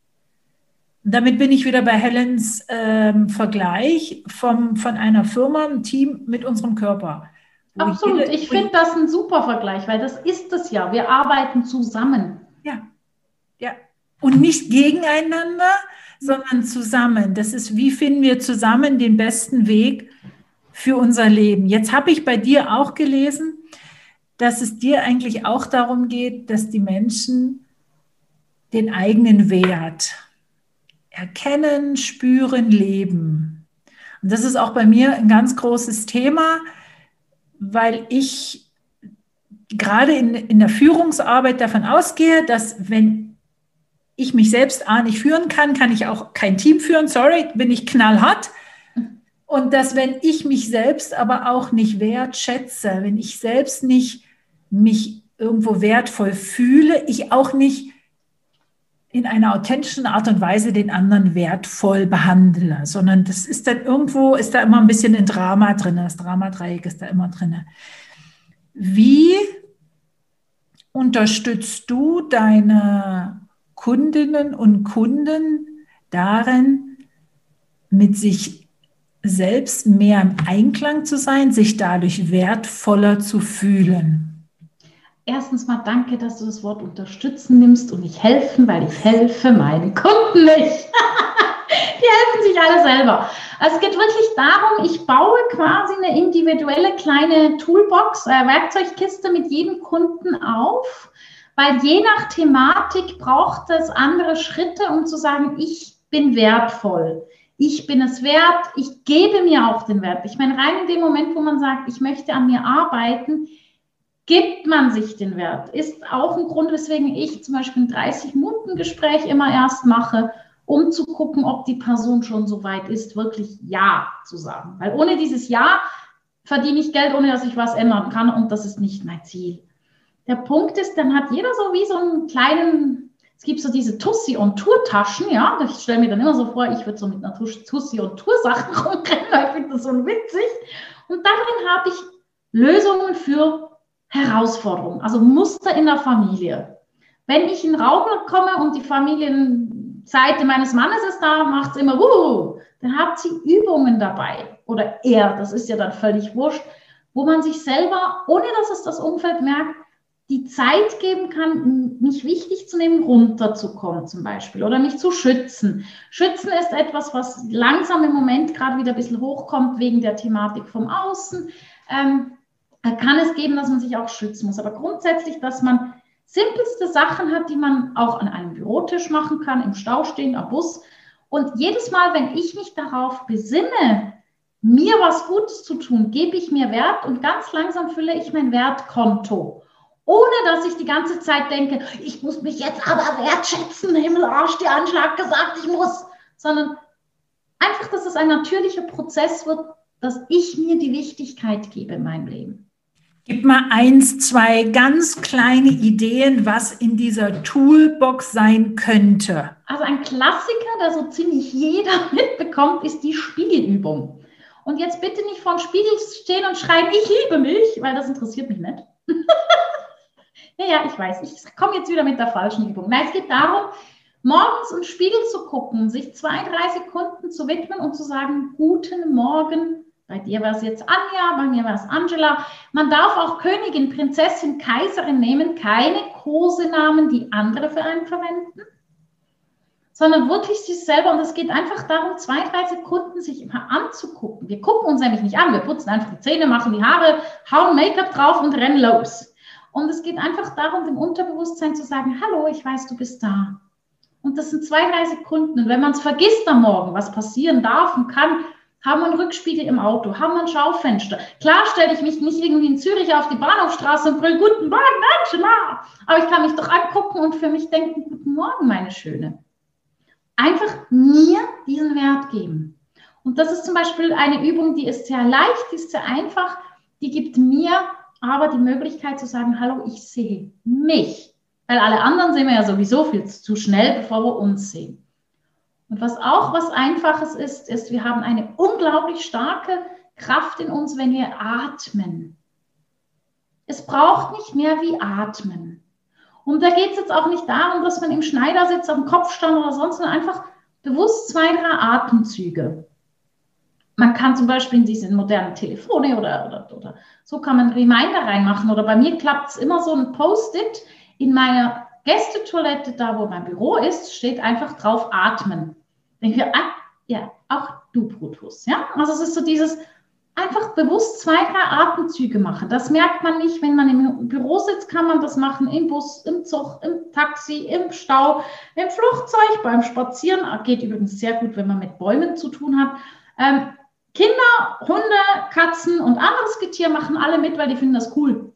[SPEAKER 1] Und damit bin ich wieder bei Helens ähm, Vergleich vom, von einer Firma, ein Team mit unserem Körper.
[SPEAKER 2] Absolut, jede, ich finde das ein super Vergleich, weil das ist es ja, wir arbeiten zusammen.
[SPEAKER 1] Ja, ja. Und nicht gegeneinander, sondern zusammen. Das ist, wie finden wir zusammen den besten Weg für unser Leben. Jetzt habe ich bei dir auch gelesen, dass es dir eigentlich auch darum geht, dass die Menschen den eigenen Wert erkennen, spüren, leben. Und das ist auch bei mir ein ganz großes Thema, weil ich gerade in, in der Führungsarbeit davon ausgehe, dass wenn ich mich selbst A nicht führen kann, kann ich auch kein Team führen, sorry, bin ich knallhart. Und dass wenn ich mich selbst aber auch nicht wertschätze, wenn ich selbst nicht mich irgendwo wertvoll fühle, ich auch nicht in einer authentischen Art und Weise den anderen wertvoll behandle, sondern das ist dann irgendwo, ist da immer ein bisschen ein Drama drin, das Dramadreieck ist da immer drin. Wie unterstützt du deine Kundinnen und Kunden darin, mit sich selbst mehr im Einklang zu sein, sich dadurch wertvoller zu fühlen?
[SPEAKER 2] Erstens mal danke, dass du das Wort unterstützen nimmst und nicht helfen, weil ich helfe meinen Kunden nicht. Die helfen sich alle selber. Also es geht wirklich darum, ich baue quasi eine individuelle kleine Toolbox, äh, Werkzeugkiste mit jedem Kunden auf, weil je nach Thematik braucht es andere Schritte, um zu sagen, ich bin wertvoll. Ich bin es wert, ich gebe mir auch den Wert. Ich meine, rein in dem Moment, wo man sagt, ich möchte an mir arbeiten, gibt man sich den Wert. Ist auch ein Grund, weswegen ich zum Beispiel ein dreißig-Minuten-Gespräch immer erst mache, um zu gucken, ob die Person schon so weit ist, wirklich Ja zu sagen. Weil ohne dieses Ja verdiene ich Geld, ohne dass ich was ändern kann und das ist nicht mein Ziel. Der Punkt ist, dann hat jeder so wie so einen kleinen Es gibt so diese Tussi- und Tour-Taschen, ja, ich stelle mir dann immer so vor, ich würde so mit einer Tussi- und Tour-Sachen rumrennen, weil ich finde das so witzig. Und darin habe ich Lösungen für Herausforderungen, also Muster in der Familie. Wenn ich in den Raum komme und die Familienseite meines Mannes ist da, macht es immer wuhu, dann hat sie Übungen dabei. Oder er, das ist ja dann völlig wurscht, wo man sich selber, ohne dass es das Umfeld merkt, die Zeit geben kann, mich wichtig zu nehmen, runterzukommen zum Beispiel oder mich zu schützen. Schützen ist etwas, was langsam im Moment gerade wieder ein bisschen hochkommt wegen der Thematik vom Außen. Ähm, kann es geben, dass man sich auch schützen muss. Aber grundsätzlich, dass man simpelste Sachen hat, die man auch an einem Bürotisch machen kann, im Stau stehen, am Bus. Und jedes Mal, wenn ich mich darauf besinne, mir was Gutes zu tun, gebe ich mir Wert und ganz langsam fülle ich mein Wertkonto. Ohne, dass ich die ganze Zeit denke, ich muss mich jetzt aber wertschätzen, Himmel, Arsch, der Anschlag gesagt, ich muss. Sondern einfach, dass es ein natürlicher Prozess wird, dass ich mir die Wichtigkeit gebe in meinem Leben.
[SPEAKER 1] Gib mal eins, zwei ganz kleine Ideen, was in dieser Toolbox sein könnte.
[SPEAKER 2] Also ein Klassiker, der so ziemlich jeder mitbekommt, ist die Spiegelübung. Und jetzt bitte nicht vor dem Spiegel stehen und schreien, ich liebe mich, weil das interessiert mich nicht. Ja, ja, ich weiß, ich komme jetzt wieder mit der falschen Übung. Nein, es geht darum, morgens im Spiegel zu gucken, sich zwei, drei Sekunden zu widmen und zu sagen, guten Morgen. Bei dir war es jetzt Anja, bei mir war es Angela. Man darf auch Königin, Prinzessin, Kaiserin nehmen, keine Kosenamen, die andere für einen verwenden, sondern wirklich sich selber. Und es geht einfach darum, zwei, drei Sekunden sich mal anzugucken. Wir gucken uns nämlich nicht an, wir putzen einfach die Zähne, machen die Haare, hauen Make-up drauf und rennen los. Und es geht einfach darum, dem Unterbewusstsein zu sagen, hallo, ich weiß, du bist da. Und das sind zwei, drei Sekunden. Und wenn man es vergisst am Morgen, was passieren darf und kann, haben wir einen Rückspiegel im Auto, haben wir ein Schaufenster. Klar stelle ich mich nicht irgendwie in Zürich auf die Bahnhofstraße und brülle, guten Morgen, Angela. Aber ich kann mich doch angucken und für mich denken, guten Morgen, meine Schöne. Einfach mir diesen Wert geben. Und das ist zum Beispiel eine Übung, die ist sehr leicht, die ist sehr einfach, die gibt mir aber die Möglichkeit zu sagen, hallo, ich sehe mich. Weil alle anderen sehen wir ja sowieso viel zu schnell, bevor wir uns sehen. Und was auch was Einfaches ist, ist, wir haben eine unglaublich starke Kraft in uns, wenn wir atmen. Es braucht nicht mehr wie atmen. Und da geht es jetzt auch nicht darum, dass man im Schneidersitz auf dem Kopfstand oder sonst, sondern einfach bewusst zwei, drei Atemzüge. Man kann zum Beispiel in diese modernen Telefone oder, oder, oder so kann man Reminder reinmachen. Oder bei mir klappt es immer so ein Post-it in meiner Gästetoilette, da wo mein Büro ist, steht einfach drauf atmen. Denke ich, ah, ja, auch du Brutus. Ja? Also es ist so dieses einfach bewusst zwei, drei Atemzüge machen. Das merkt man nicht, wenn man im Büro sitzt, kann man das machen, im Bus, im Zug, im Taxi, im Stau, im Flugzeug, beim Spazieren. Geht übrigens sehr gut, wenn man mit Bäumen zu tun hat. Ähm, Kinder, Hunde, Katzen und anderes Getier machen alle mit, weil die finden das cool.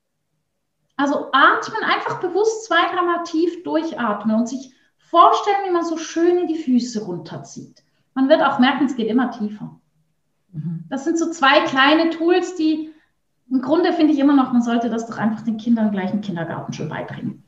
[SPEAKER 2] Also atmen, einfach bewusst zwei, dreimal tief durchatmen und sich vorstellen, wie man so schön in die Füße runterzieht. Man wird auch merken, es geht immer tiefer. Das sind so zwei kleine Tools, die im Grunde finde ich immer noch, man sollte das doch einfach den Kindern gleich im Kindergarten schon beibringen.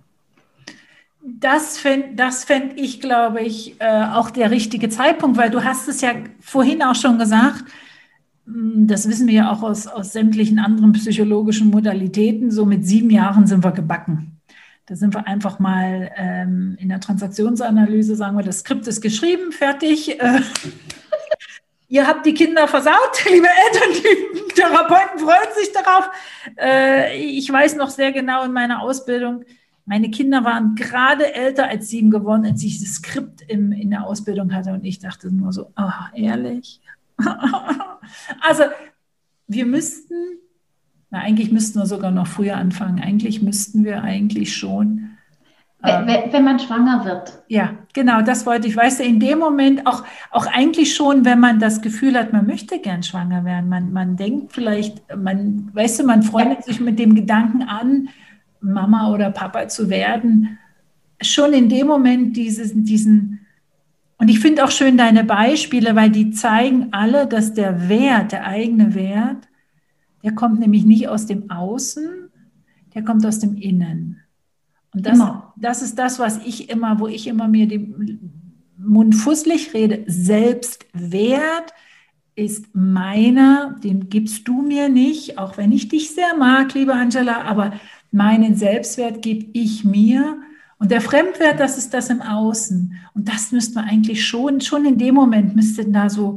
[SPEAKER 1] Das fände das fänd ich, glaube ich, äh, auch der richtige Zeitpunkt, weil du hast es ja vorhin auch schon gesagt, das wissen wir ja auch aus, aus sämtlichen anderen psychologischen Modalitäten, so mit sieben Jahren sind wir gebacken. Da sind wir einfach mal ähm, in der Transaktionsanalyse, sagen wir, das Skript ist geschrieben, fertig. Äh, ihr habt die Kinder versaut, liebe Eltern, die Therapeuten freuen sich darauf. Äh, ich weiß noch sehr genau in meiner Ausbildung, meine Kinder waren gerade älter als sieben geworden, als ich das Skript im, in der Ausbildung hatte. Und ich dachte nur so, oh, ehrlich? Also wir müssten, na, eigentlich müssten wir sogar noch früher anfangen. Eigentlich müssten wir eigentlich schon.
[SPEAKER 2] Wenn, wenn, wenn man schwanger wird.
[SPEAKER 1] Ja, genau, das wollte ich. Weißt du, in dem Moment auch, auch eigentlich schon, wenn man das Gefühl hat, man möchte gern schwanger werden. Man, man denkt vielleicht, man, weißt du, man freundet ja. sich mit dem Gedanken an, Mama oder Papa zu werden, schon in dem Moment dieses, diesen, und ich finde auch schön deine Beispiele, weil die zeigen alle, dass der Wert, der eigene Wert, der kommt nämlich nicht aus dem Außen, der kommt aus dem Innen. Und das, das ist das, was ich immer, wo ich immer mir den Mund fusselig rede. Selbstwert ist meiner, den gibst du mir nicht, auch wenn ich dich sehr mag, liebe Angela, aber meinen Selbstwert gebe ich mir. Und der Fremdwert, das ist das im Außen. Und das müsste man eigentlich schon, schon in dem Moment, müsste da so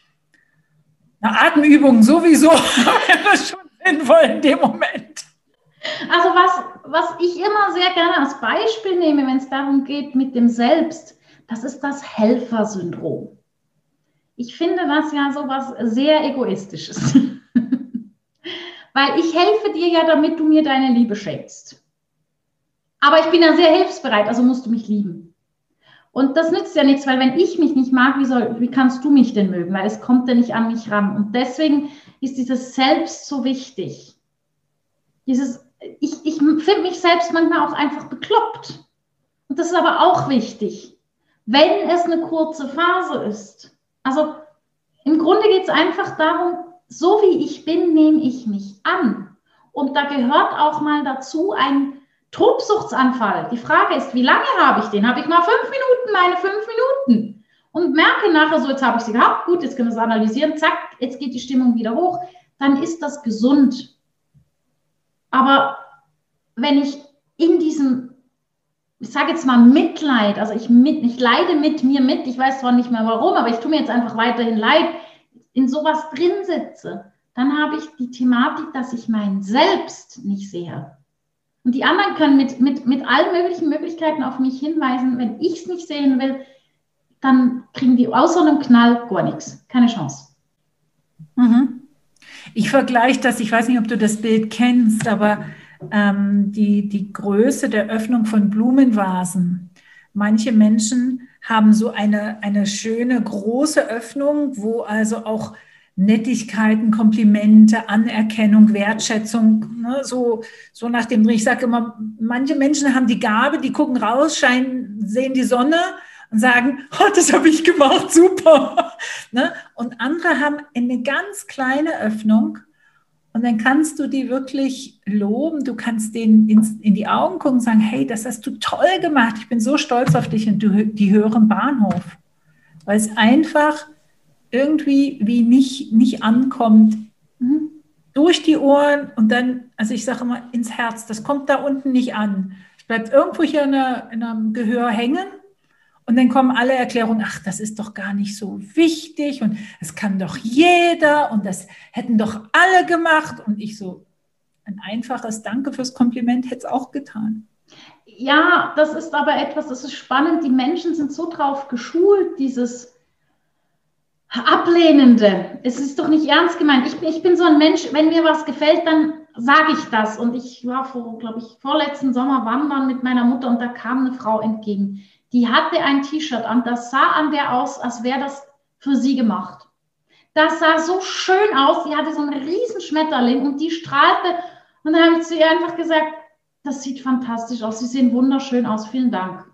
[SPEAKER 1] eine Atemübung sowieso, wäre schon sinnvoll in dem Moment.
[SPEAKER 2] Also was, was ich immer sehr gerne als Beispiel nehme, wenn es darum geht mit dem Selbst, das ist das Helfersyndrom. Ich finde das ja so was sehr Egoistisches. Weil ich helfe dir ja, damit du mir deine Liebe schenkst. Aber ich bin ja sehr hilfsbereit, also musst du mich lieben. Und das nützt ja nichts, weil wenn ich mich nicht mag, wie, soll, wie kannst du mich denn mögen? Weil es kommt ja nicht an mich ran. Und deswegen ist dieses Selbst so wichtig. Dieses, ich, ich finde mich selbst manchmal auch einfach bekloppt. Und das ist aber auch wichtig, wenn es eine kurze Phase ist. Also im Grunde geht es einfach darum, so wie ich bin, nehme ich mich an. Und da gehört auch mal dazu ein Tobsuchtsanfall. Die Frage ist, wie lange habe ich den? Habe ich mal fünf Minuten, meine fünf Minuten? Und merke nachher so, jetzt habe ich sie gehabt, gut, jetzt können wir es analysieren, zack, jetzt geht die Stimmung wieder hoch. Dann ist das gesund. Aber wenn ich in diesem, ich sage jetzt mal Mitleid, also ich, mit, ich leide mit mir mit, ich weiß zwar nicht mehr warum, aber ich tue mir jetzt einfach weiterhin leid, in sowas drin sitze, dann habe ich die Thematik, dass ich mein Selbst nicht sehe. Und die anderen können mit, mit, mit allen möglichen Möglichkeiten auf mich hinweisen. Wenn ich es nicht sehen will, dann kriegen die außer einem Knall gar nichts. Keine Chance.
[SPEAKER 1] Mhm. Ich vergleiche das, ich weiß nicht, ob du das Bild kennst, aber ähm, die, die Größe der Öffnung von Blumenvasen. Manche Menschen haben so eine, eine schöne große Öffnung, wo also auch Nettigkeiten, Komplimente, Anerkennung, Wertschätzung, ne, so, so nach dem Dreh. Ich sage immer, manche Menschen haben die Gabe, die gucken raus, scheinen, sehen die Sonne und sagen, oh, das habe ich gemacht, super. Ne? Und andere haben eine ganz kleine Öffnung und dann kannst du die wirklich loben, du kannst denen in, in die Augen gucken und sagen, hey, das hast du toll gemacht, ich bin so stolz auf dich und du, die hören Bahnhof. Weil es einfach irgendwie wie nicht, nicht ankommt, mhm. durch die Ohren und dann, also ich sage immer, ins Herz. Das kommt da unten nicht an. Es bleibt irgendwo hier in, der, in einem Gehör hängen und dann kommen alle Erklärungen, ach, das ist doch gar nicht so wichtig und es kann doch jeder und das hätten doch alle gemacht. Und ich so, ein einfaches Danke fürs Kompliment hätte es auch getan.
[SPEAKER 2] Ja, das ist aber etwas, das ist spannend. Die Menschen sind so drauf geschult, dieses Ablehnende. Es ist doch nicht ernst gemeint. Ich bin, ich bin so ein Mensch, wenn mir was gefällt, dann sage ich das. Und ich war vor, glaube ich, vorletzten Sommer wandern mit meiner Mutter und da kam eine Frau entgegen. Die hatte ein T-Shirt an, das sah an der aus, als wäre das für sie gemacht. Das sah so schön aus. Die hatte so einen riesen Schmetterling und die strahlte. Und dann habe ich zu ihr einfach gesagt, das sieht fantastisch aus. Sie sehen wunderschön aus. Vielen Dank.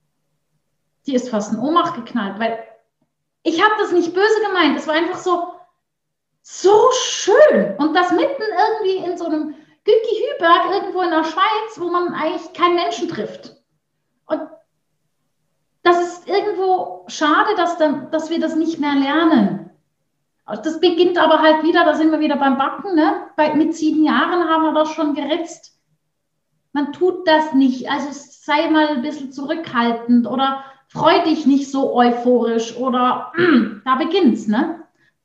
[SPEAKER 2] Die ist fast in Ohnmacht geknallt, weil ich habe das nicht böse gemeint. Es war einfach so, so schön. Und das mitten irgendwie in so einem Güki-Hüberg irgendwo in der Schweiz, wo man eigentlich keinen Menschen trifft. Und das ist irgendwo schade, dass, dann, dass wir das nicht mehr lernen. Das beginnt aber halt wieder, da sind wir wieder beim Backen. Ne? Bei, mit sieben Jahren haben wir das schon geritzt. Man tut das nicht. Also sei mal ein bisschen zurückhaltend oder freu dich nicht so euphorisch oder mm, da beginnt's, ne?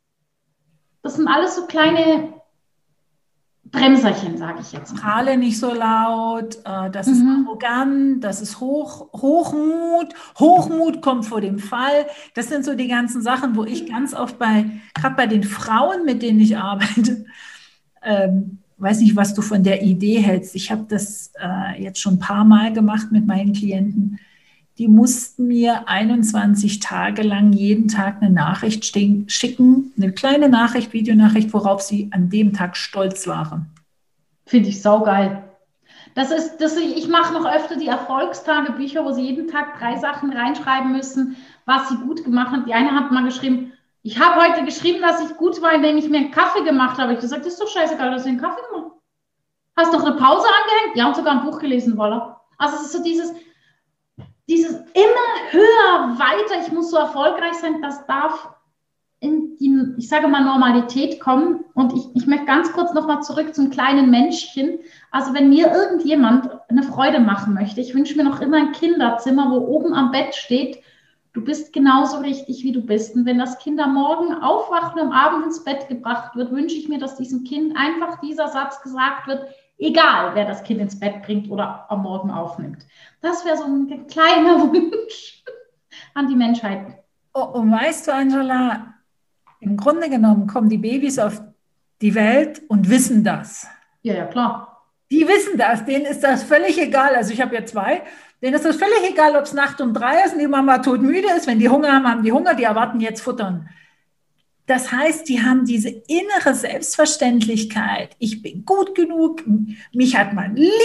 [SPEAKER 2] Das sind alles so kleine Bremserchen, sage ich jetzt mal.
[SPEAKER 1] Strahle nicht so laut, äh, das mhm. ist arrogant, das ist Hoch, Hochmut. Hochmut kommt vor dem Fall. Das sind so die ganzen Sachen, wo ich ganz oft bei, gerade bei den Frauen, mit denen ich arbeite, ähm, weiß nicht, was du von der Idee hältst. Ich habe das äh, jetzt schon ein paar Mal gemacht mit meinen Klienten. Die mussten mir einundzwanzig Tage lang jeden Tag eine Nachricht schicken, eine kleine Nachricht, Videonachricht, worauf sie an dem Tag stolz waren.
[SPEAKER 2] Finde ich saugeil. Das ist, das, ich mache noch öfter die Erfolgstagebücher, wo sie jeden Tag drei Sachen reinschreiben müssen, was sie gut gemacht haben. Die eine hat mal geschrieben, ich habe heute geschrieben, dass ich gut war, indem ich mir einen Kaffee gemacht habe. Ich habe gesagt, das ist doch scheißegal, dass du einen Kaffee gemacht hast. Hast doch eine Pause angehängt? Ja, und sogar ein Buch gelesen, voilà. Also es ist so dieses, dieses immer höher, weiter, ich muss so erfolgreich sein, das darf in die, ich sage mal, Normalität kommen. Und ich, ich möchte ganz kurz nochmal zurück zum kleinen Menschchen. Also wenn mir irgendjemand eine Freude machen möchte, ich wünsche mir noch immer ein Kinderzimmer, wo oben am Bett steht, du bist genauso richtig, wie du bist. Und wenn das Kind am Morgen aufwacht und am Abend ins Bett gebracht wird, wünsche ich mir, dass diesem Kind einfach dieser Satz gesagt wird, egal, wer das Kind ins Bett bringt oder am Morgen aufnimmt. Das wäre so ein kleiner Wunsch an die Menschheit.
[SPEAKER 1] Oh, und weißt du, Angela, im Grunde genommen kommen die Babys auf die Welt und wissen das.
[SPEAKER 2] Ja, ja, klar.
[SPEAKER 1] Die wissen das, denen ist das völlig egal. Also ich habe ja zwei, denen ist das völlig egal, ob es Nacht um drei ist und die Mama todmüde ist. Wenn die Hunger haben, haben die Hunger, die erwarten jetzt Futtern. Das heißt, die haben diese innere Selbstverständlichkeit. Ich bin gut genug, mich hat man lieb,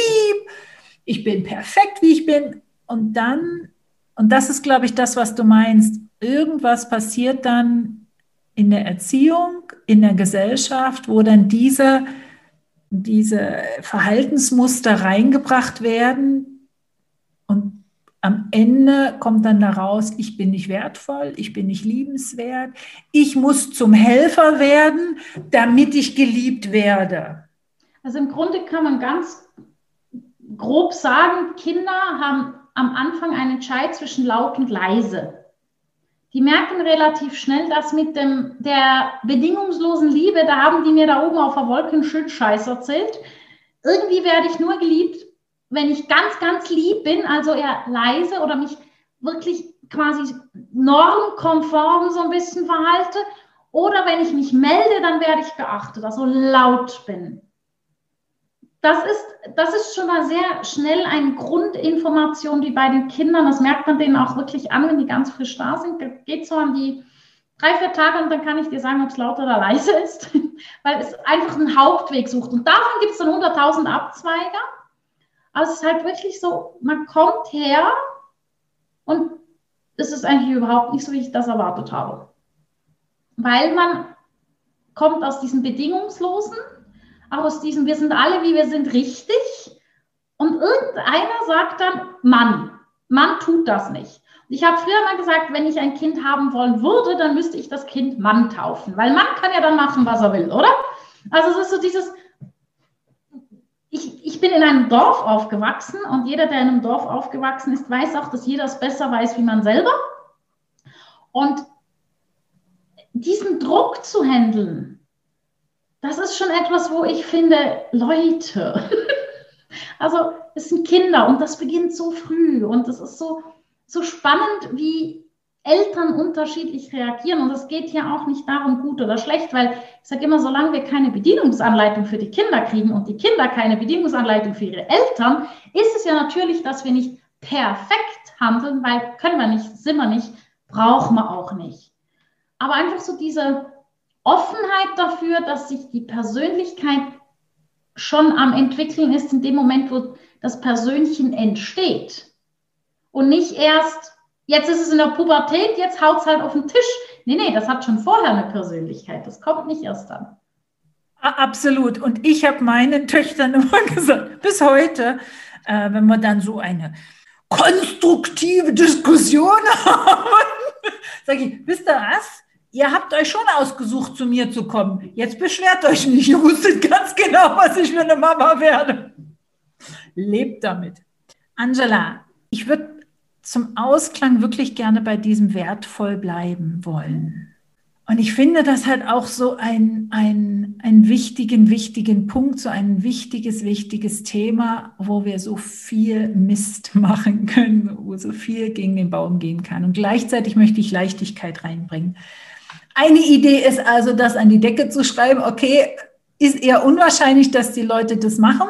[SPEAKER 1] ich bin perfekt, wie ich bin. Und dann, und das ist, glaube ich, das, was du meinst, irgendwas passiert dann in der Erziehung, in der Gesellschaft, wo dann diese, diese Verhaltensmuster reingebracht werden und am Ende kommt dann daraus, ich bin nicht wertvoll, ich bin nicht liebenswert, ich muss zum Helfer werden, damit ich geliebt werde.
[SPEAKER 2] Also im Grunde kann man ganz grob sagen, Kinder haben am Anfang einen Entscheid zwischen laut und leise. Die merken relativ schnell, dass mit dem, der bedingungslosen Liebe, da haben die mir da oben auf der Wolke einen schönen Scheiß erzählt. Irgendwie werde ich nur geliebt, wenn ich ganz, ganz lieb bin, also eher leise oder mich wirklich quasi normkonform so ein bisschen verhalte. Oder wenn ich mich melde, dann werde ich geachtet, also laut bin. Das ist, das ist schon mal sehr schnell eine Grundinformation, die bei den Kindern, das merkt man denen auch wirklich an, wenn die ganz frisch da sind. Das geht so an die drei, vier Tage und dann kann ich dir sagen, ob es laut oder leise ist, weil es einfach einen Hauptweg sucht. Und davon gibt es dann hunderttausend Abzweiger. Aber es ist halt wirklich so, man kommt her und es ist eigentlich überhaupt nicht so, wie ich das erwartet habe. Weil man kommt aus diesem Bedingungslosen, auch aus diesem, wir sind alle, wie wir sind, richtig. Und irgendeiner sagt dann, Mann, Mann tut das nicht. Und ich habe früher mal gesagt, wenn ich ein Kind haben wollen würde, dann müsste ich das Kind Mann taufen. Weil Mann kann ja dann machen, was er will, oder? Also es ist so dieses, ich, ich bin in einem Dorf aufgewachsen und jeder, der in einem Dorf aufgewachsen ist, weiß auch, dass jeder es besser weiß wie man selber. Und diesen Druck zu handeln, das ist schon etwas, wo ich finde, Leute, also es sind Kinder und das beginnt so früh und es ist so, so spannend, wie Eltern unterschiedlich reagieren und es geht hier auch nicht darum, gut oder schlecht, weil ich sage immer, solange wir keine Bedienungsanleitung für die Kinder kriegen und die Kinder keine Bedienungsanleitung für ihre Eltern, ist es ja natürlich, dass wir nicht perfekt handeln, weil können wir nicht, sind wir nicht, brauchen wir auch nicht. Aber einfach so diese Offenheit dafür, dass sich die Persönlichkeit schon am entwickeln ist in dem Moment, wo das Persönchen entsteht. Und nicht erst, jetzt ist es in der Pubertät, jetzt haut es halt auf den Tisch. Nee, nee, das hat schon vorher eine Persönlichkeit. Das kommt nicht erst dann.
[SPEAKER 1] Absolut. Und ich habe meinen Töchtern immer gesagt, bis heute, äh, wenn wir dann so eine konstruktive Diskussion haben, sage ich, wisst ihr was? Ihr habt euch schon ausgesucht, zu mir zu kommen. Jetzt beschwert euch nicht. Ihr wusstet ganz genau, was ich für eine Mama werde. Lebt damit. Angela, ich würde zum Ausklang wirklich gerne bei diesem wertvoll bleiben wollen. Und ich finde das halt auch so ein, ein, einen wichtigen, wichtigen Punkt, so ein wichtiges, wichtiges Thema, wo wir so viel Mist machen können, wo so viel gegen den Baum gehen kann. Und gleichzeitig möchte ich Leichtigkeit reinbringen. Eine Idee ist also, das an die Decke zu schreiben, okay, ist eher unwahrscheinlich, dass die Leute das machen,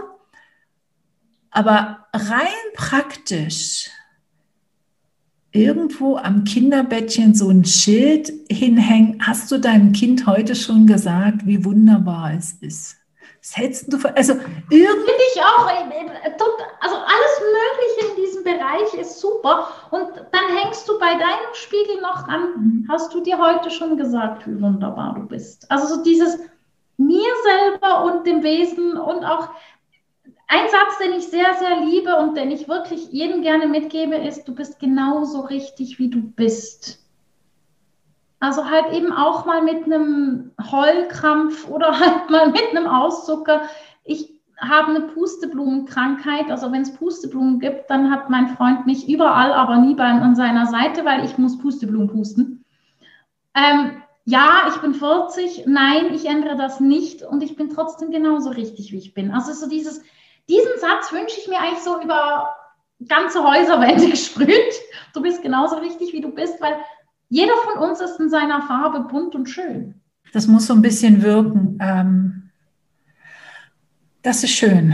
[SPEAKER 1] aber rein praktisch irgendwo am Kinderbettchen so ein Schild hinhängen. Hast du deinem Kind heute schon gesagt, wie wunderbar es ist? Was hältst du für, also irgendwie...
[SPEAKER 2] Finde ich auch, also alles Mögliche in diesem Bereich ist super und dann hängst du bei deinem Spiegel noch an, hast du dir heute schon gesagt, wie wunderbar du bist. Also so dieses mir selber und dem Wesen und auch, ein Satz, den ich sehr, sehr liebe und den ich wirklich jedem gerne mitgebe, ist, du bist genauso richtig, wie du bist. Also halt eben auch mal mit einem Heulkrampf oder halt mal mit einem Auszucker. Ich habe eine Pusteblumenkrankheit, also wenn es Pusteblumen gibt, dann hat mein Freund mich überall, aber nie bei, an seiner Seite, weil ich muss Pusteblumen pusten. Ähm, ja, ich bin vierzig, nein, ich ändere das nicht und ich bin trotzdem genauso richtig, wie ich bin. Also so dieses, diesen Satz wünsche ich mir eigentlich so über ganze Häuserwände gesprüht. Du bist genauso richtig, wie du bist, weil jeder von uns ist in seiner Farbe bunt und schön.
[SPEAKER 1] Das muss so ein bisschen wirken. Ähm, das ist schön.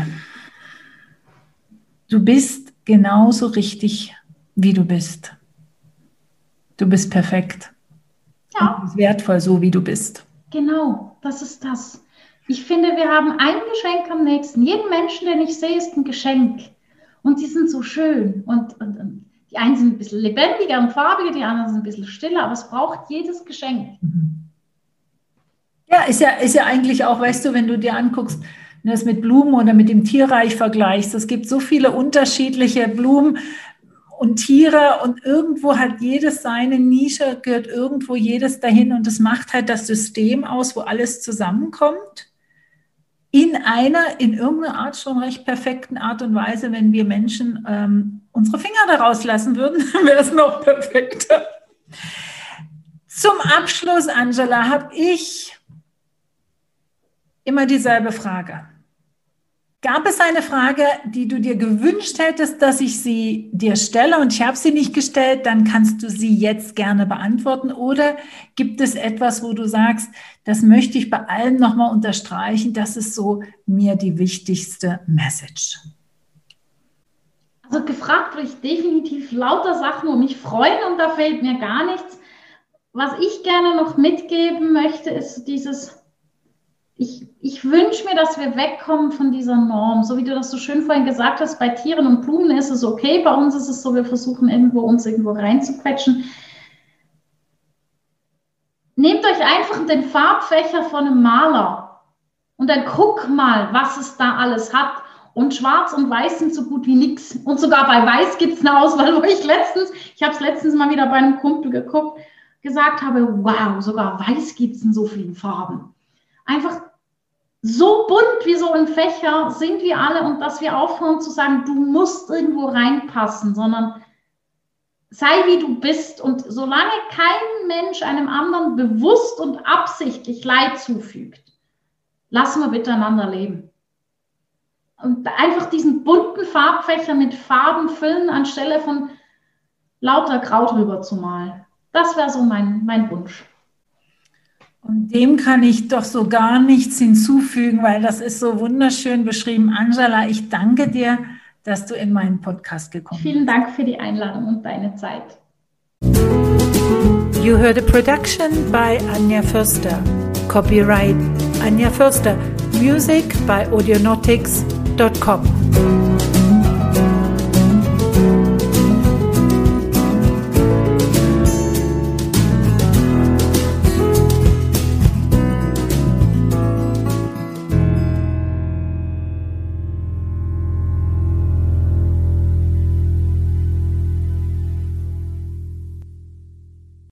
[SPEAKER 1] Du bist genauso richtig, wie du bist. Du bist perfekt. Ja. Und du bist wertvoll, so wie du bist.
[SPEAKER 2] Genau, das ist das. Ich finde, wir haben ein Geschenk am nächsten. Jeden Menschen, den ich sehe, ist ein Geschenk. Und die sind so schön. Und, und, und die einen sind ein bisschen lebendiger und farbiger, die anderen sind ein bisschen stiller, aber es braucht jedes Geschenk.
[SPEAKER 1] Ja, ist ja, ist ja eigentlich auch, weißt du, wenn du dir anguckst, das mit Blumen oder mit dem Tierreich vergleichst, es gibt so viele unterschiedliche Blumen und Tiere und irgendwo hat jedes seine Nische, gehört irgendwo jedes dahin und das macht halt das System aus, wo alles zusammenkommt. In einer, in irgendeiner Art schon recht perfekten Art und Weise, wenn wir Menschen ähm, unsere Finger daraus lassen würden, wäre es noch perfekter. Zum Abschluss, Angela, habe ich immer dieselbe Frage. Gab es eine Frage, die du dir gewünscht hättest, dass ich sie dir stelle und ich habe sie nicht gestellt, dann kannst du sie jetzt gerne beantworten. Oder gibt es etwas, wo du sagst, das möchte ich bei allen nochmal unterstreichen, das ist so mir die wichtigste Message?
[SPEAKER 2] Also gefragt wurde ich definitiv lauter Sachen, wo mich freuen und da fehlt mir gar nichts. Was ich gerne noch mitgeben möchte, ist dieses... Ich, ich wünsche mir, dass wir wegkommen von dieser Norm. So wie du das so schön vorhin gesagt hast, bei Tieren und Blumen ist es okay, bei uns ist es so, wir versuchen irgendwo, uns irgendwo reinzuquetschen. Nehmt euch einfach den Farbfächer von einem Maler und dann guck mal, was es da alles hat. Und Schwarz und Weiß sind so gut wie nichts. Und sogar bei Weiß gibt es eine Auswahl, wo ich letztens, ich habe es letztens mal wieder bei einem Kumpel geguckt, gesagt habe, wow, sogar Weiß gibt es in so vielen Farben. Einfach so bunt wie so ein Fächer sind wir alle und dass wir aufhören zu sagen, du musst irgendwo reinpassen, sondern sei wie du bist und solange kein Mensch einem anderen bewusst und absichtlich Leid zufügt, lassen wir miteinander leben. Und einfach diesen bunten Farbfächer mit Farben füllen, anstelle von lauter Kraut rüber zu malen. Das wäre so mein, mein Wunsch.
[SPEAKER 1] Und dem kann ich doch so gar nichts hinzufügen, weil das ist so wunderschön beschrieben. Angela, ich danke dir, dass du in meinen Podcast gekommen bist.
[SPEAKER 2] Vielen Dank für die Einladung und deine Zeit.
[SPEAKER 1] You heard a production by Anja Förster. Copyright Anja Förster. Music by audionautics dot com.